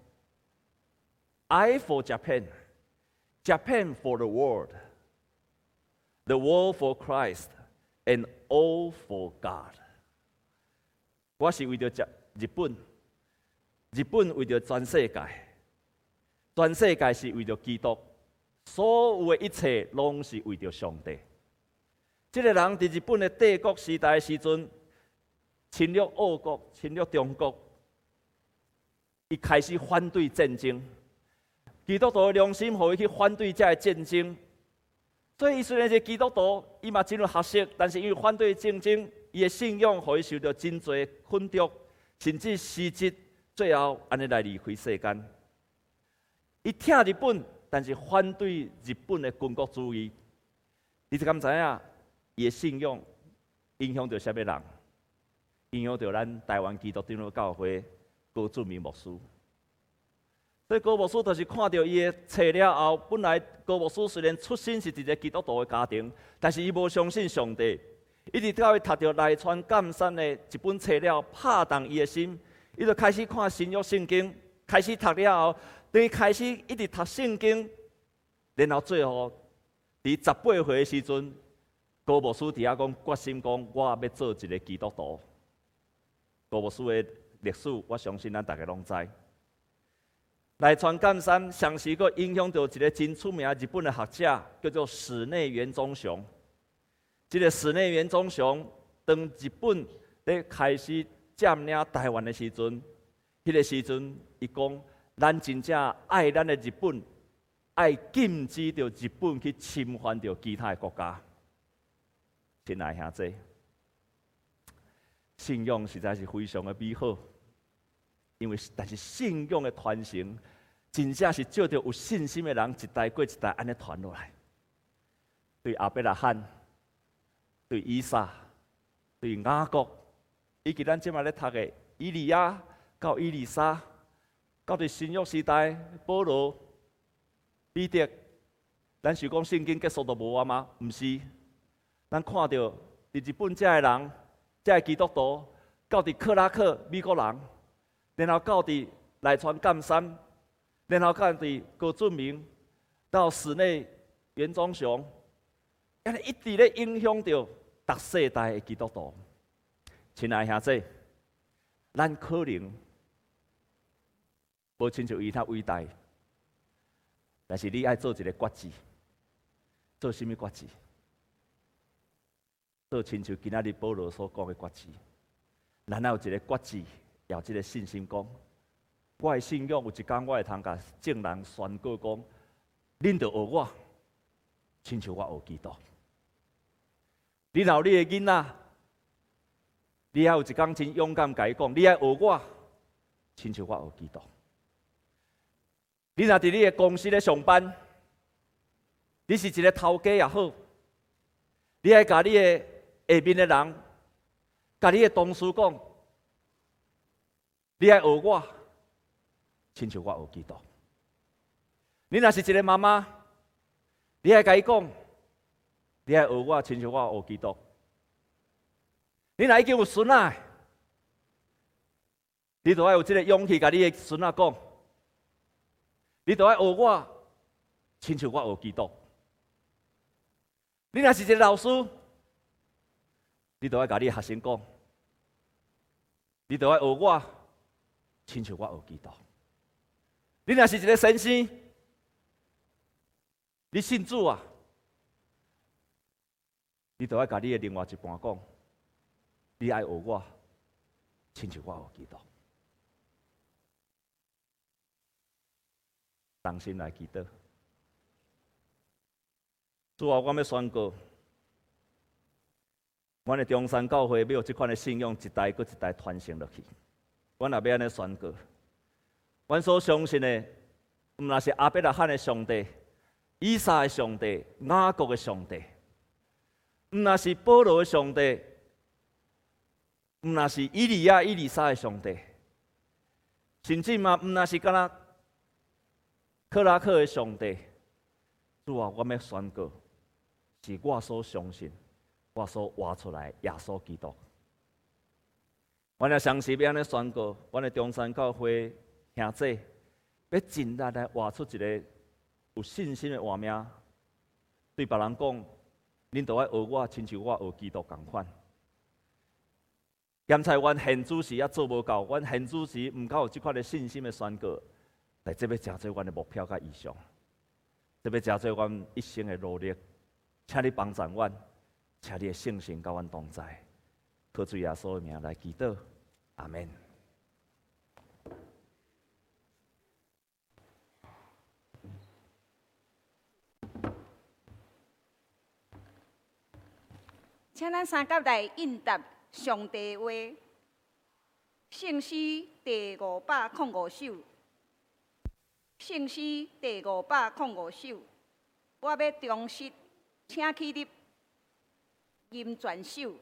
：I for Japan, Japan for the world, the world for Christ, and all for God。我是为着日本，日本为着全世界，全世界是为着基督，所有的一切拢是为着上帝。这个人伫日本的帝国时代的时阵，侵略俄国、侵略中国，伊开始反对战争。基督徒的良心，互伊去反对这个战争。所以，伊虽然是基督徒，伊嘛进入学习，但是因为反对战争，伊的信仰互伊受到真侪困扰，甚至失职，最后安尼来离开世间。伊听日本，但是反对日本的军国主义。你是敢知影？伊的信仰影响到什么人？影响到咱台湾基督长老教会高俊明牧师。所以高牧师就是看到伊的册了后，本来高牧师虽然出身是一个基督徒的家庭，但是伊无相信上帝。一直到伊读到赖川干山的一本册了，拍动伊的心，伊就开始看新约圣经，开始读了后，等于开始一直读圣经，然后最后伫十八岁的时阵。高牧师伫遐讲决心讲，我要做一个基督徒。高牧师的历史，我相信咱大家拢知。赖川干山上时佫影响到一个真出名日本的学者，叫做室内元忠雄。这个室内元忠雄，当日本咧开始占领台湾的时阵，迄、那个时阵伊讲，咱真正爱咱的日本，爱禁止着日本去侵犯着其他的国家。亲爱兄弟，信仰实在是非常的美好，因为但是信仰的传承，真正是照着有信心的人一代过一代安尼传落来。对亚伯拉罕、对以撒、对雅各，以及咱即摆咧读的以利亚到以利沙，到对新约时代保罗、彼得，咱是讲圣经结束就无啊吗？毋是。咱看到伫日本遮个人，遮个基督徒，到伫克拉克美国人，然后到伫赖川干山，然后到伫高俊明，到室内袁忠雄，安尼一直咧影响着逐世代的基督徒。亲爱兄弟，咱可能无亲像伊遐伟大，但是你爱做一个决志，做甚物决志？做亲像今仔日保罗所讲的决志，咱有一个决志，也有一个信心讲，我的信仰有一天我会通甲众人宣告讲，恁着学我，亲像我学基督。你若有你的囡仔，你也有一天真勇敢甲伊讲，你爱学我，亲像我学基督。你若伫你的公司咧上班，你是一个头家也好，你爱甲你的下面的人，甲你的同事讲，你爱学我，亲像我学基督。你若是一个妈妈，你爱甲伊讲，你爱学我，亲像我学基督。你若已经有孙仔，你就要有这个勇气，甲你的孙仔讲，你就要学我，亲像我学基督。你若是一个老师，你就要甲你的学生讲， 你就要学我，亲像我学基督。你若是一个先生，你信主啊，你就要甲你的另外一半讲，你爱学我，亲像我学基督。同心来祈祷。主啊，我要宣告，阮的中山教会要有这款的信仰，一代搁一代传承落去。阮也要安尼宣告，阮所相信的，毋那是亚伯拉罕的上帝、以撒的上帝、雅各的上帝，毋那是保罗的上帝，毋那是以利亚、以利沙的上帝，甚至嘛，毋那是敢若克拉克的上帝。主啊，我要宣告，是我所相信、我所挖出来的耶稣基督。阮也相信要安尼宣告，阮的中山教会兄弟要尽力来挖出一个有信心的画面，对别人讲，恁都要学我，亲像我学基督同款。检查阮现主时也做无够，阮现主时毋够有即款的信心的宣告，但这要真做阮的目标甲意向。这要真做阮一生的努力，请你帮助阮，请你的圣神甲阮同在，靠主耶稣的名来祈祷，阿门。
请咱三甲来应答上帝话，圣诗第五百零五首。圣诗第五百零五首，我要重述，请起立，吟全首。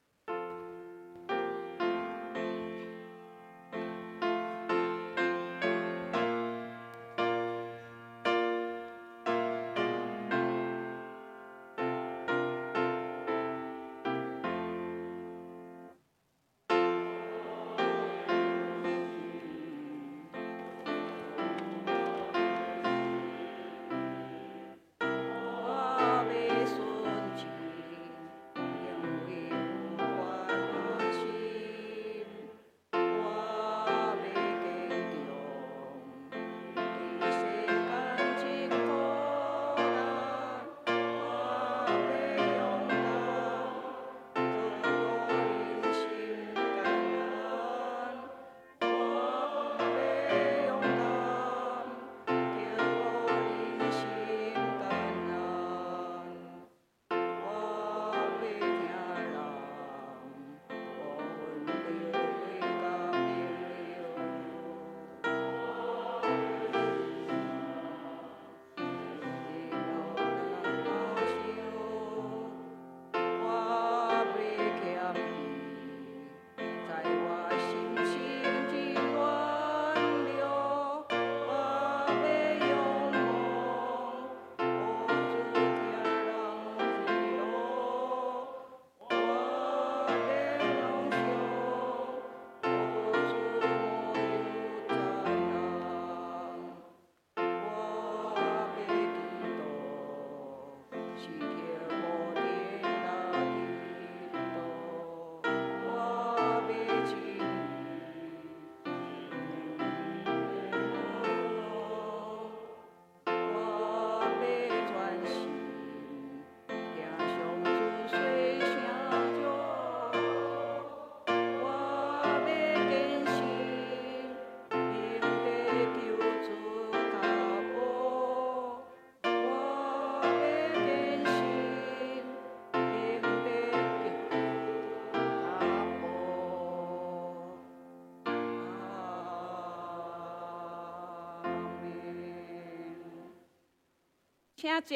请坐，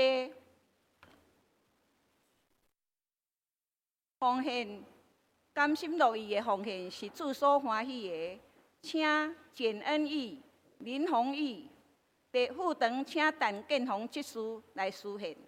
奉献甘心乐意的奉献是主所欢喜的，请简恩义、林宏义、白富堂，请陈建宏执事来施献。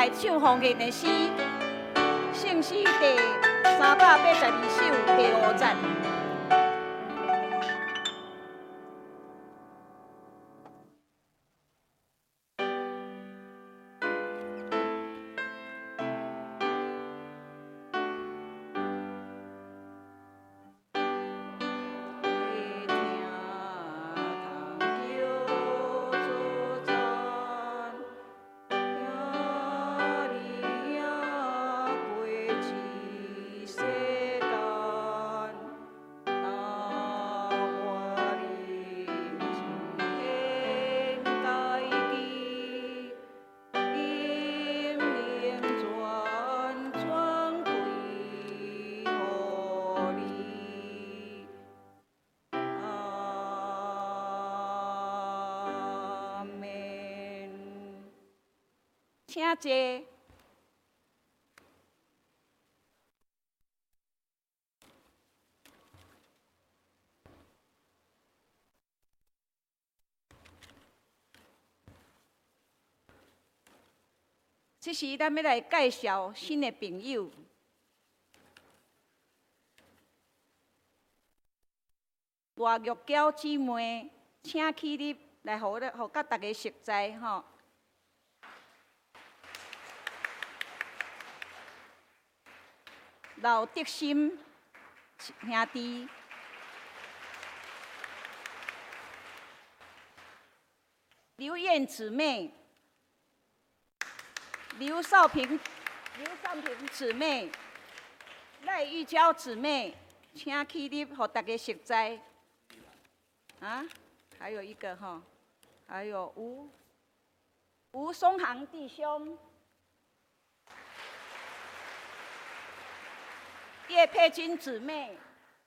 来唱方言的诗，圣诗第三百八十二首第五赞。请坐。这时，咱要来介绍新的朋友。大玉娇姊妹，请起立来，互咧，互甲大家熟知吼。刘德心兄弟，刘燕姊妹，刘少平、刘少平姊妹，赖玉娇姊妹，请起立，互大家熟知。啊，还有一个哈，还有吴吴松航弟兄。叶佩君姊妹，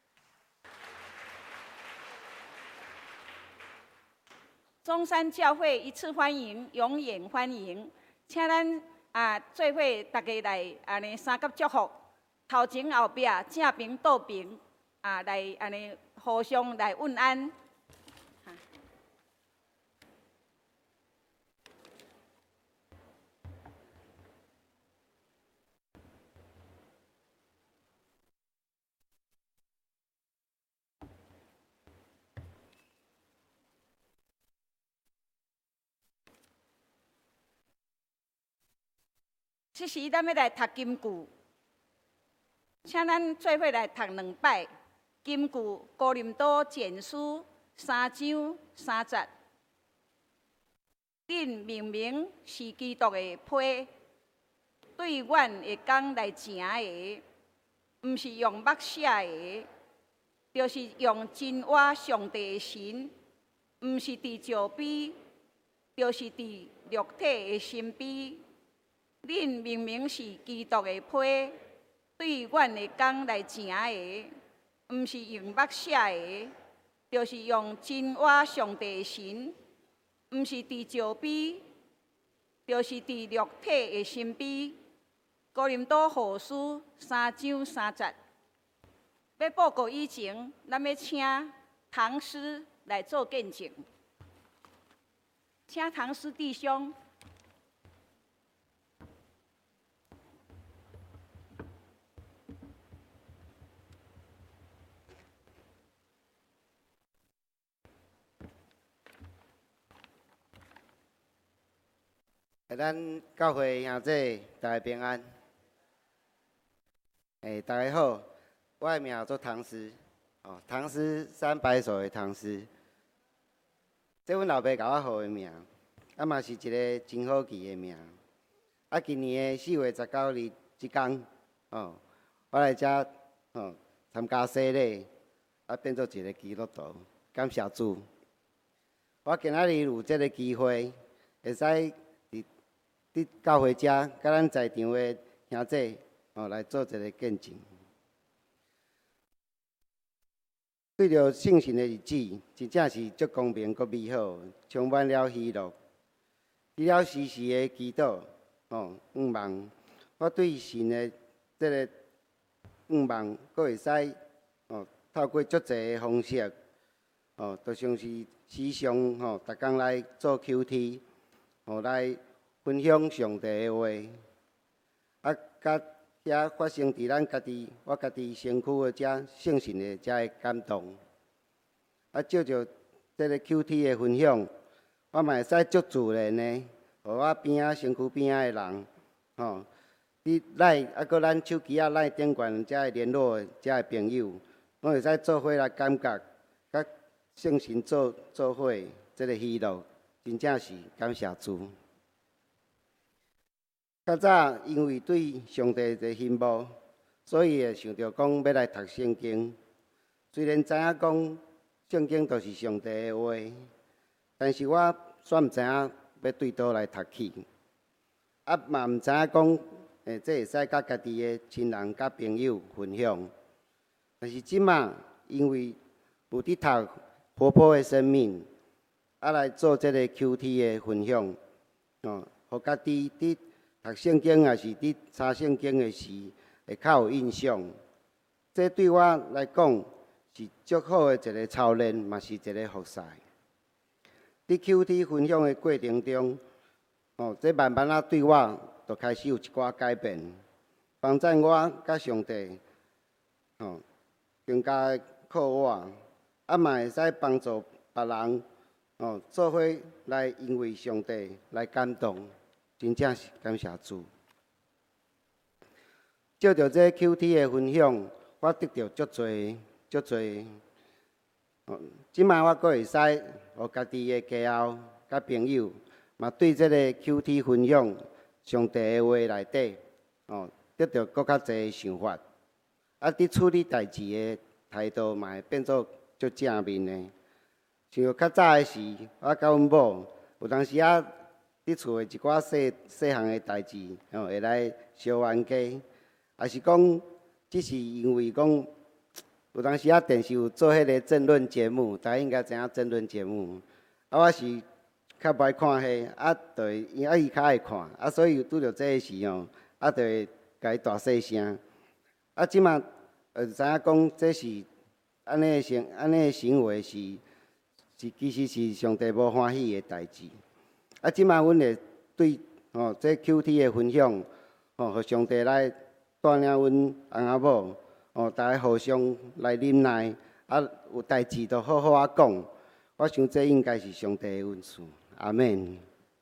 中山教会一次欢迎，永远欢迎，请咱啊做伙大家来安尼三甲祝福，头前后壁正平倒平啊来安尼互相来问安。这时，咱要来读金句，请咱做伙来读两摆。金句《哥林多前书》三章三节，恁明明是基督的批，对阮会讲来成的，毋是用目写的，就是用真话上帝的神，毋是伫石碑，就是伫肉体的身边。恁明明是基督的批，对阮的讲来成的，毋是用目写的，就是用真话上帝的神，毋是伫石碑，就是伫肉体的身边。哥林多后书三章三节。要报告以前，咱要请唐师来做见证，请唐师弟兄。
诶，咱教会兄弟大家平安。诶，大家好，我的名叫做唐诗，哦，唐诗三百首的唐诗。这阮老爸甲我号的名，啊嘛是一个真好记的名。啊，今年的四月十九日即天，哦，我来遮哦参加洗礼，啊变做一个基督徒，感谢主。我今仔日有这个机会，会使伫伫教会遮，甲咱在场的兄弟哦来做一个见证。对着圣神的日子，真正是足公平、阁美好，充满了喜乐。除了时时的祈祷，哦，愿望我对神的这个愿望，阁会使哦透过足侪的方式，哦，就像是时常哦，逐工来做 Q T， 哦来分享上帝的话， 啊，甲遐发生伫咱家己我家己身躯的遮圣神的遮的感动。啊，照着这个 Q T 的分享，我嘛会使足自然的，互我边仔身躯边仔的人，吼，你来啊，搁咱手机啊来顶悬遮的联络的遮的朋友，我会使做伙来感觉，甲圣神做做伙，这个喜乐，真正是感谢主。较早因为对上帝的信慕，所以会想着讲要来读圣经。虽然知影讲圣经都是上帝的话，但是我煞毋知影要对倒来读起，啊嘛毋知影讲，诶，这会使甲家己的亲人、甲朋友分享。但是即马因为有伫读活泼的生命，啊来做这个 Q T 的分享，哦，互家己伫读圣经也是伫查圣经的时，会较有印象。这对我来讲是足好的一个操练，嘛是一个服侍。伫 Q T 分享的过程中，哦，这慢慢啊对我就开始有一寡改变，帮助我甲上帝，哦，更加靠我，啊嘛会使帮助别人，哦，做伙来因为上帝来感动。真正是感谢主。照着这 Q T 的分享，我得到足侪足侪。哦，即摆我阁会使，互家己的家后、甲朋友，嘛对这个 Q T 分享上帝的话内底，哦，得到阁较侪想法。啊，伫处理代志的态度嘛会变做足正面的。像较早的时，我甲阮某有当时啊。伫厝的一寡细细项的代志，哦，会来相冤家，也是讲，只是因为讲，有当时啊电视有做迄个政论节目，大家应该知影政论节目。啊，我是较不爱看迄，啊，就会因啊伊较爱看，啊，所以拄着这个时哦，啊，就会甲伊大细声。啊，即马呃知影讲，这是安尼行安尼行为是是其实是上帝无欢喜的代志。啊，即摆阮会对哦，这 Q T 的分享，哦，互上帝来带领阮翁仔某，哦，大家互相来忍耐，啊，有代志就好好啊讲。我想这应该是上帝的恩赐，阿免。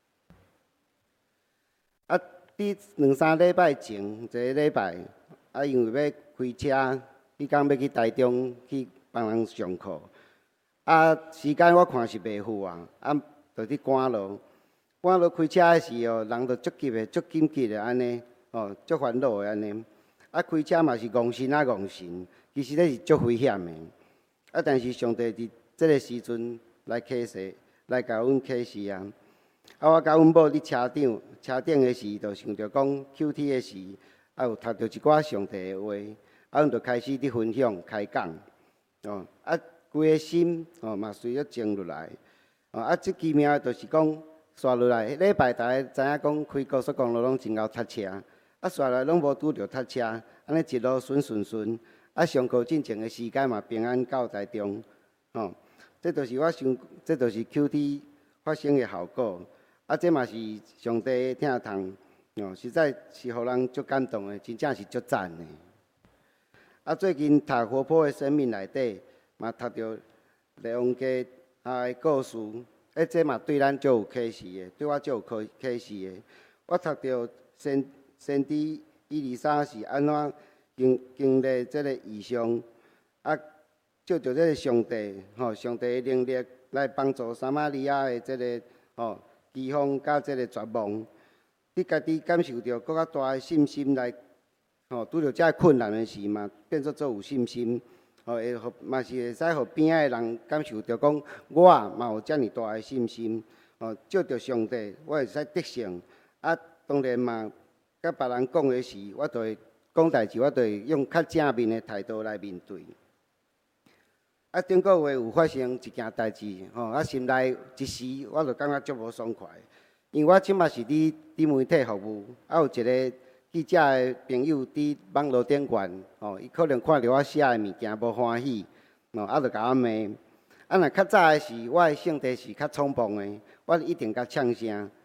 啊，伫两三礼拜前一个礼拜，啊，因为要开车，迄天要去台中去帮人上课，啊，时间我看是袂赴啊，啊，就伫赶路。赶路开车的时候，人就足急的、足紧急的安尼，哦，足烦恼的安尼。啊，开车嘛是戆神啊戆神，其实咧是足危险的。啊，但是上帝伫这个时阵来启示，来甲阮启示啊。啊，我甲阮某伫车顶，车顶的时，就想着讲 Q T 的时，啊有读到一寡上帝的话，啊，阮就开始伫分享开讲，哦，啊，规个心哦嘛随着静落来，哦，啊，最奇妙的就是讲。刷落来，礼拜大家知影讲开高速公路拢真够塞车，啊刷来拢无拄着塞车，安尼一路顺顺顺，啊上课进前的时间嘛平安到台中，吼，这就是我想，这就是 Q T 发生的效果，啊这嘛是上帝听通，哦实在是互人足感动的，真正是足赞的。啊最近读活泼的生命内底，嘛读到列王家啊的故事。诶，这嘛对咱足有启示的，对我足有启启示的。我读到先先知伊丽莎是安怎经经历这个异象，啊，借着这个上帝吼，上帝的能力来帮助撒玛利亚的这个吼饥荒甲这个绝望，你家己感受到更较大的信心来吼，拄着遮困难的时嘛，变做做有信心。哦，会互嘛是会使互边仔的人感受到讲，我嘛有遮尔大的信心。哦，借着上帝，我会使得胜。啊，当然嘛，甲别人讲的时，我就会讲代志，我就会用较正面的态度来面对。啊，顶个月有发生一件代志，吼，啊心内一时我就感觉足无爽快，因为我即马是伫伫媒体服务，啊有一个。记者的朋友伫网络顶悬，哦，伊可能看到我写的物件无欢喜，哦，啊，就甲我骂。啊，若较早的时，我的性格是较冲动的，我一定甲呛声，啊，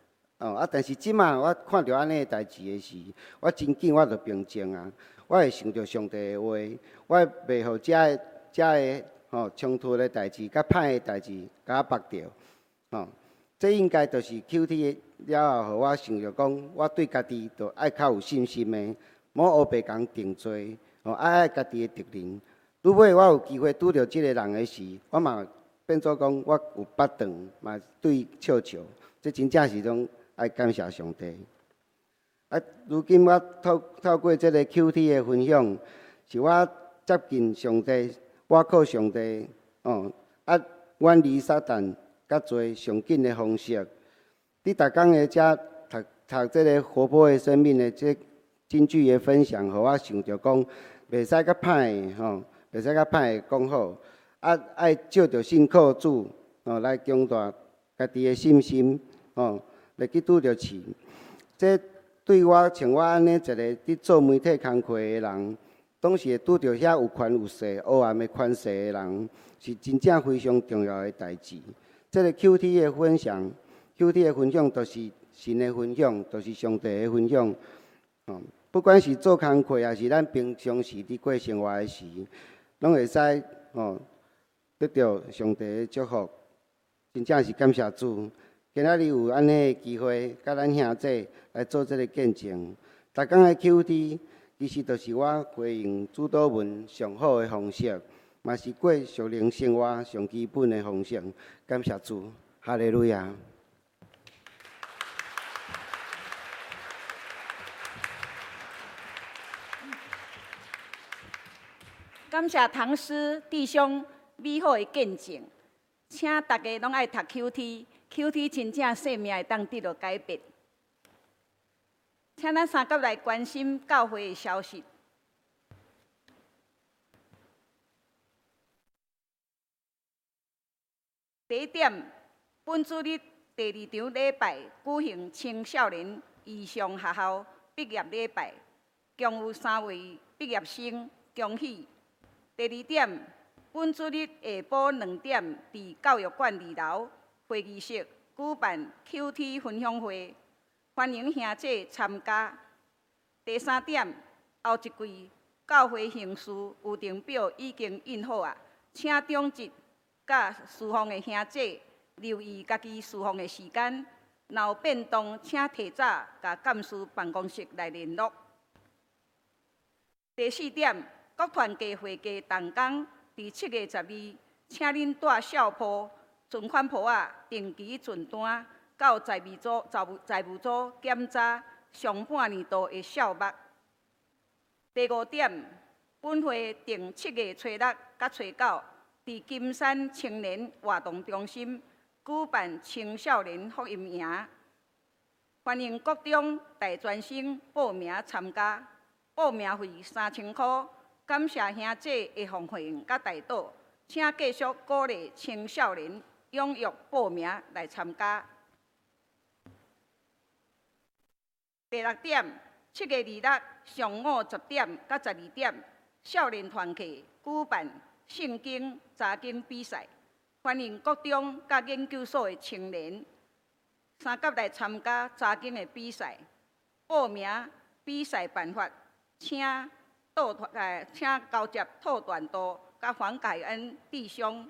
哦啊，但是即马我看到安尼诶代志诶时，我真紧我就平静啊。我会想着上帝诶话，我袂互遮个遮个吼冲突诶代志、甲歹诶代志，甲我绑着。吼，这应该就是 Q T 了后，互我想着讲，我对家己就爱较有信心诶，莫乌白共定罪，吼爱爱家己诶责任。拄尾我有机会拄着即个人诶时，我嘛变做讲我有巴顿，嘛对伊笑笑，这真正是种爱感谢上帝。啊，如今我透透过即个 Q T 的分享，是我接近上帝，我靠上帝，哦，啊，远离撒旦较侪上紧的方式。你逐工的遮读读即个活泼的生命的这金句的分享，互我想着讲，袂使较歹的吼，袂使较歹的讲好，啊，爱照着信靠主，哦，来强大家己的信心，哦，来去拄着市。这对我像我安尼一个伫做媒体工课的人，当时会拄着遐有权有势、黑暗的权势的人，是真正非常重要的代志。这个 Q T 的分享 ，Q T 的分享，就是神的分享，就是上帝的分享。哦，不管是做工课，还是咱平常时伫过生活的时，拢会使哦得到上帝的祝福。真正是感谢主。今仔日有安尼的机会，甲咱兄弟来做这个见证。逐工的 Q T 其实就是我回应主导文上好的方式，嘛是过属灵生活上基本的方式。感谢主，哈利路亚。
感谢唐师弟兄美好的见证，请大家拢爱读 Q T。Q T 真正生命会当得到改变，请咱三甲来关心教会的消息。第一点，本主日第二场礼拜举行青少年以上学校毕业礼拜，共有三位毕业生，恭喜。第二点，本主日下晡两点，伫教育馆二楼会议室举办 Q T 分享会，欢迎兄姐参加。第三点，后一季教会行事预定表已经印好啊，请中职甲侍奉的兄姐留意家己侍奉的时间，若有变动，请提早甲干事办公室来联络。第四点，各团家会家动工伫七月十二，请恁带少铺。存款簿啊，定期存单到财务组、财务财务组检查上半年度的数目。第五点，本会定七月初六甲初九，伫金山青年活动中心举办青少年福音营，欢迎各中大专生报名参加，报名费三千块。感谢兄姐的奉献甲带导，请继续鼓励青少年踊跃报名来参加。第六点，七月二日上午十点到十二点，少年团体举办圣经查经比赛，欢迎各中甲研究所的青年三甲来参加查经的比赛。报名比赛办法，请到呃，请交接拓团道甲黄凯恩弟兄。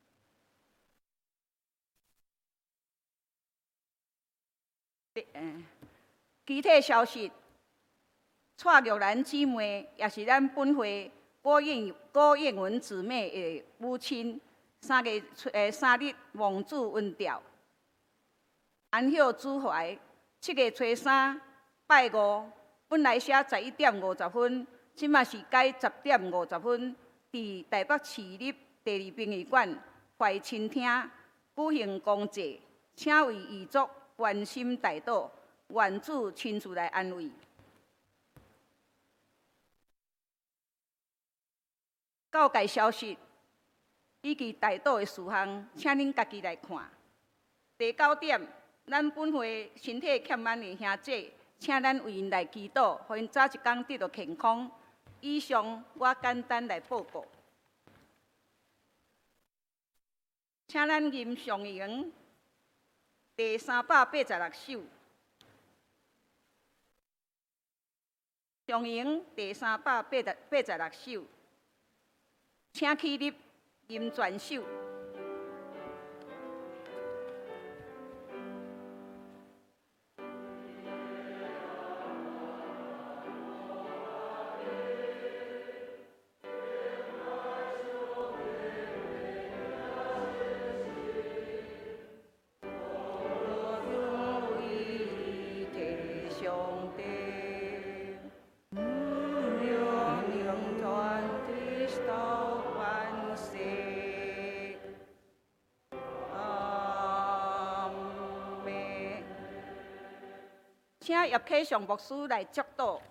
具体消息，蔡玉兰姊妹也是咱本会郭燕郭燕文姊妹的母亲。三月诶三日蒙主恩调，安孝主怀。七月初三拜五，本来写十一点五十分，即马是改十点五十分，伫台北市立第二殡仪馆怀亲厅举行公祭，请为遗族关心代祷，愿主亲自来安慰。告解消息以及代祷的事项，请恁家己来看。第九点，咱本会身体欠安的兄姐，请咱为因来祈祷，互因早一天得到健康。以上我简单来报告，请咱吟上营第三百八十六首上营第三百八十八十六首，请起立吟全首。请叶启祥牧师来祝祷。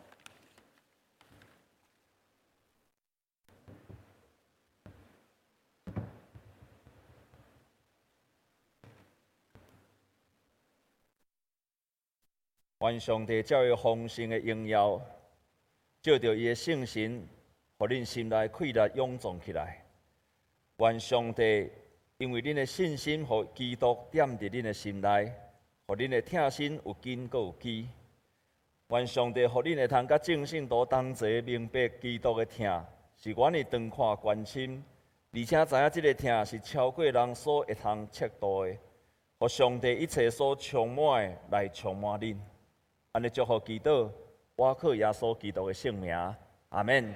愿上帝照伊丰盛的荣耀，照着伊的圣神，互恁心内快乐涌壮起来。愿上帝因为恁的信心，互基督点伫恁的心内。互恁的疼心有根阁有基，愿上帝互恁会通甲正信徒同齐明白基督的疼是阮的长看关心，而且知影即个疼是超过人所会通测度的。互上帝一切所充满的来充满恁，安尼祝福祈祷，我靠耶稣基督的圣名，阿门。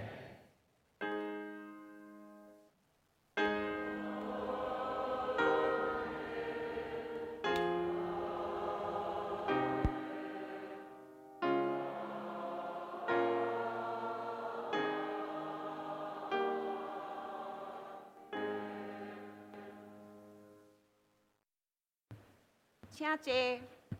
请坐。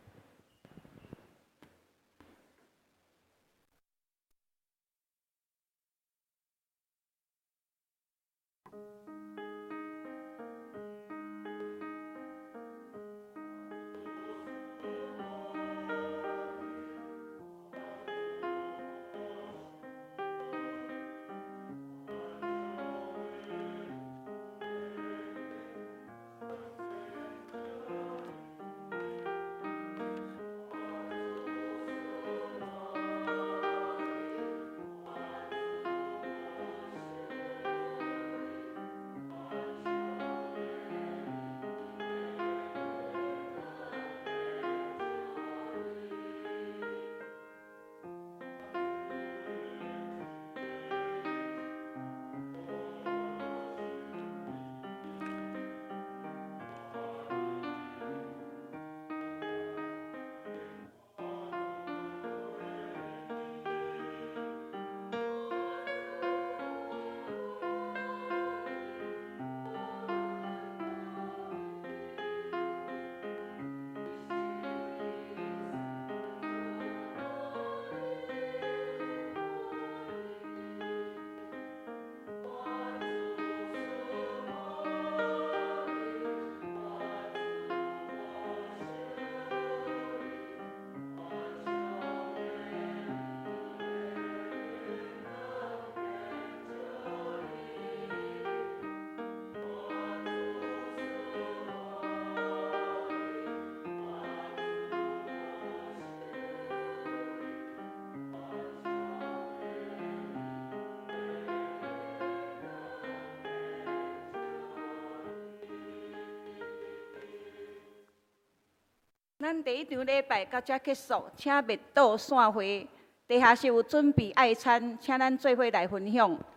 咱第一场礼拜到这结束，请密道散会。地下是有准备爱餐，请咱做伙来分享。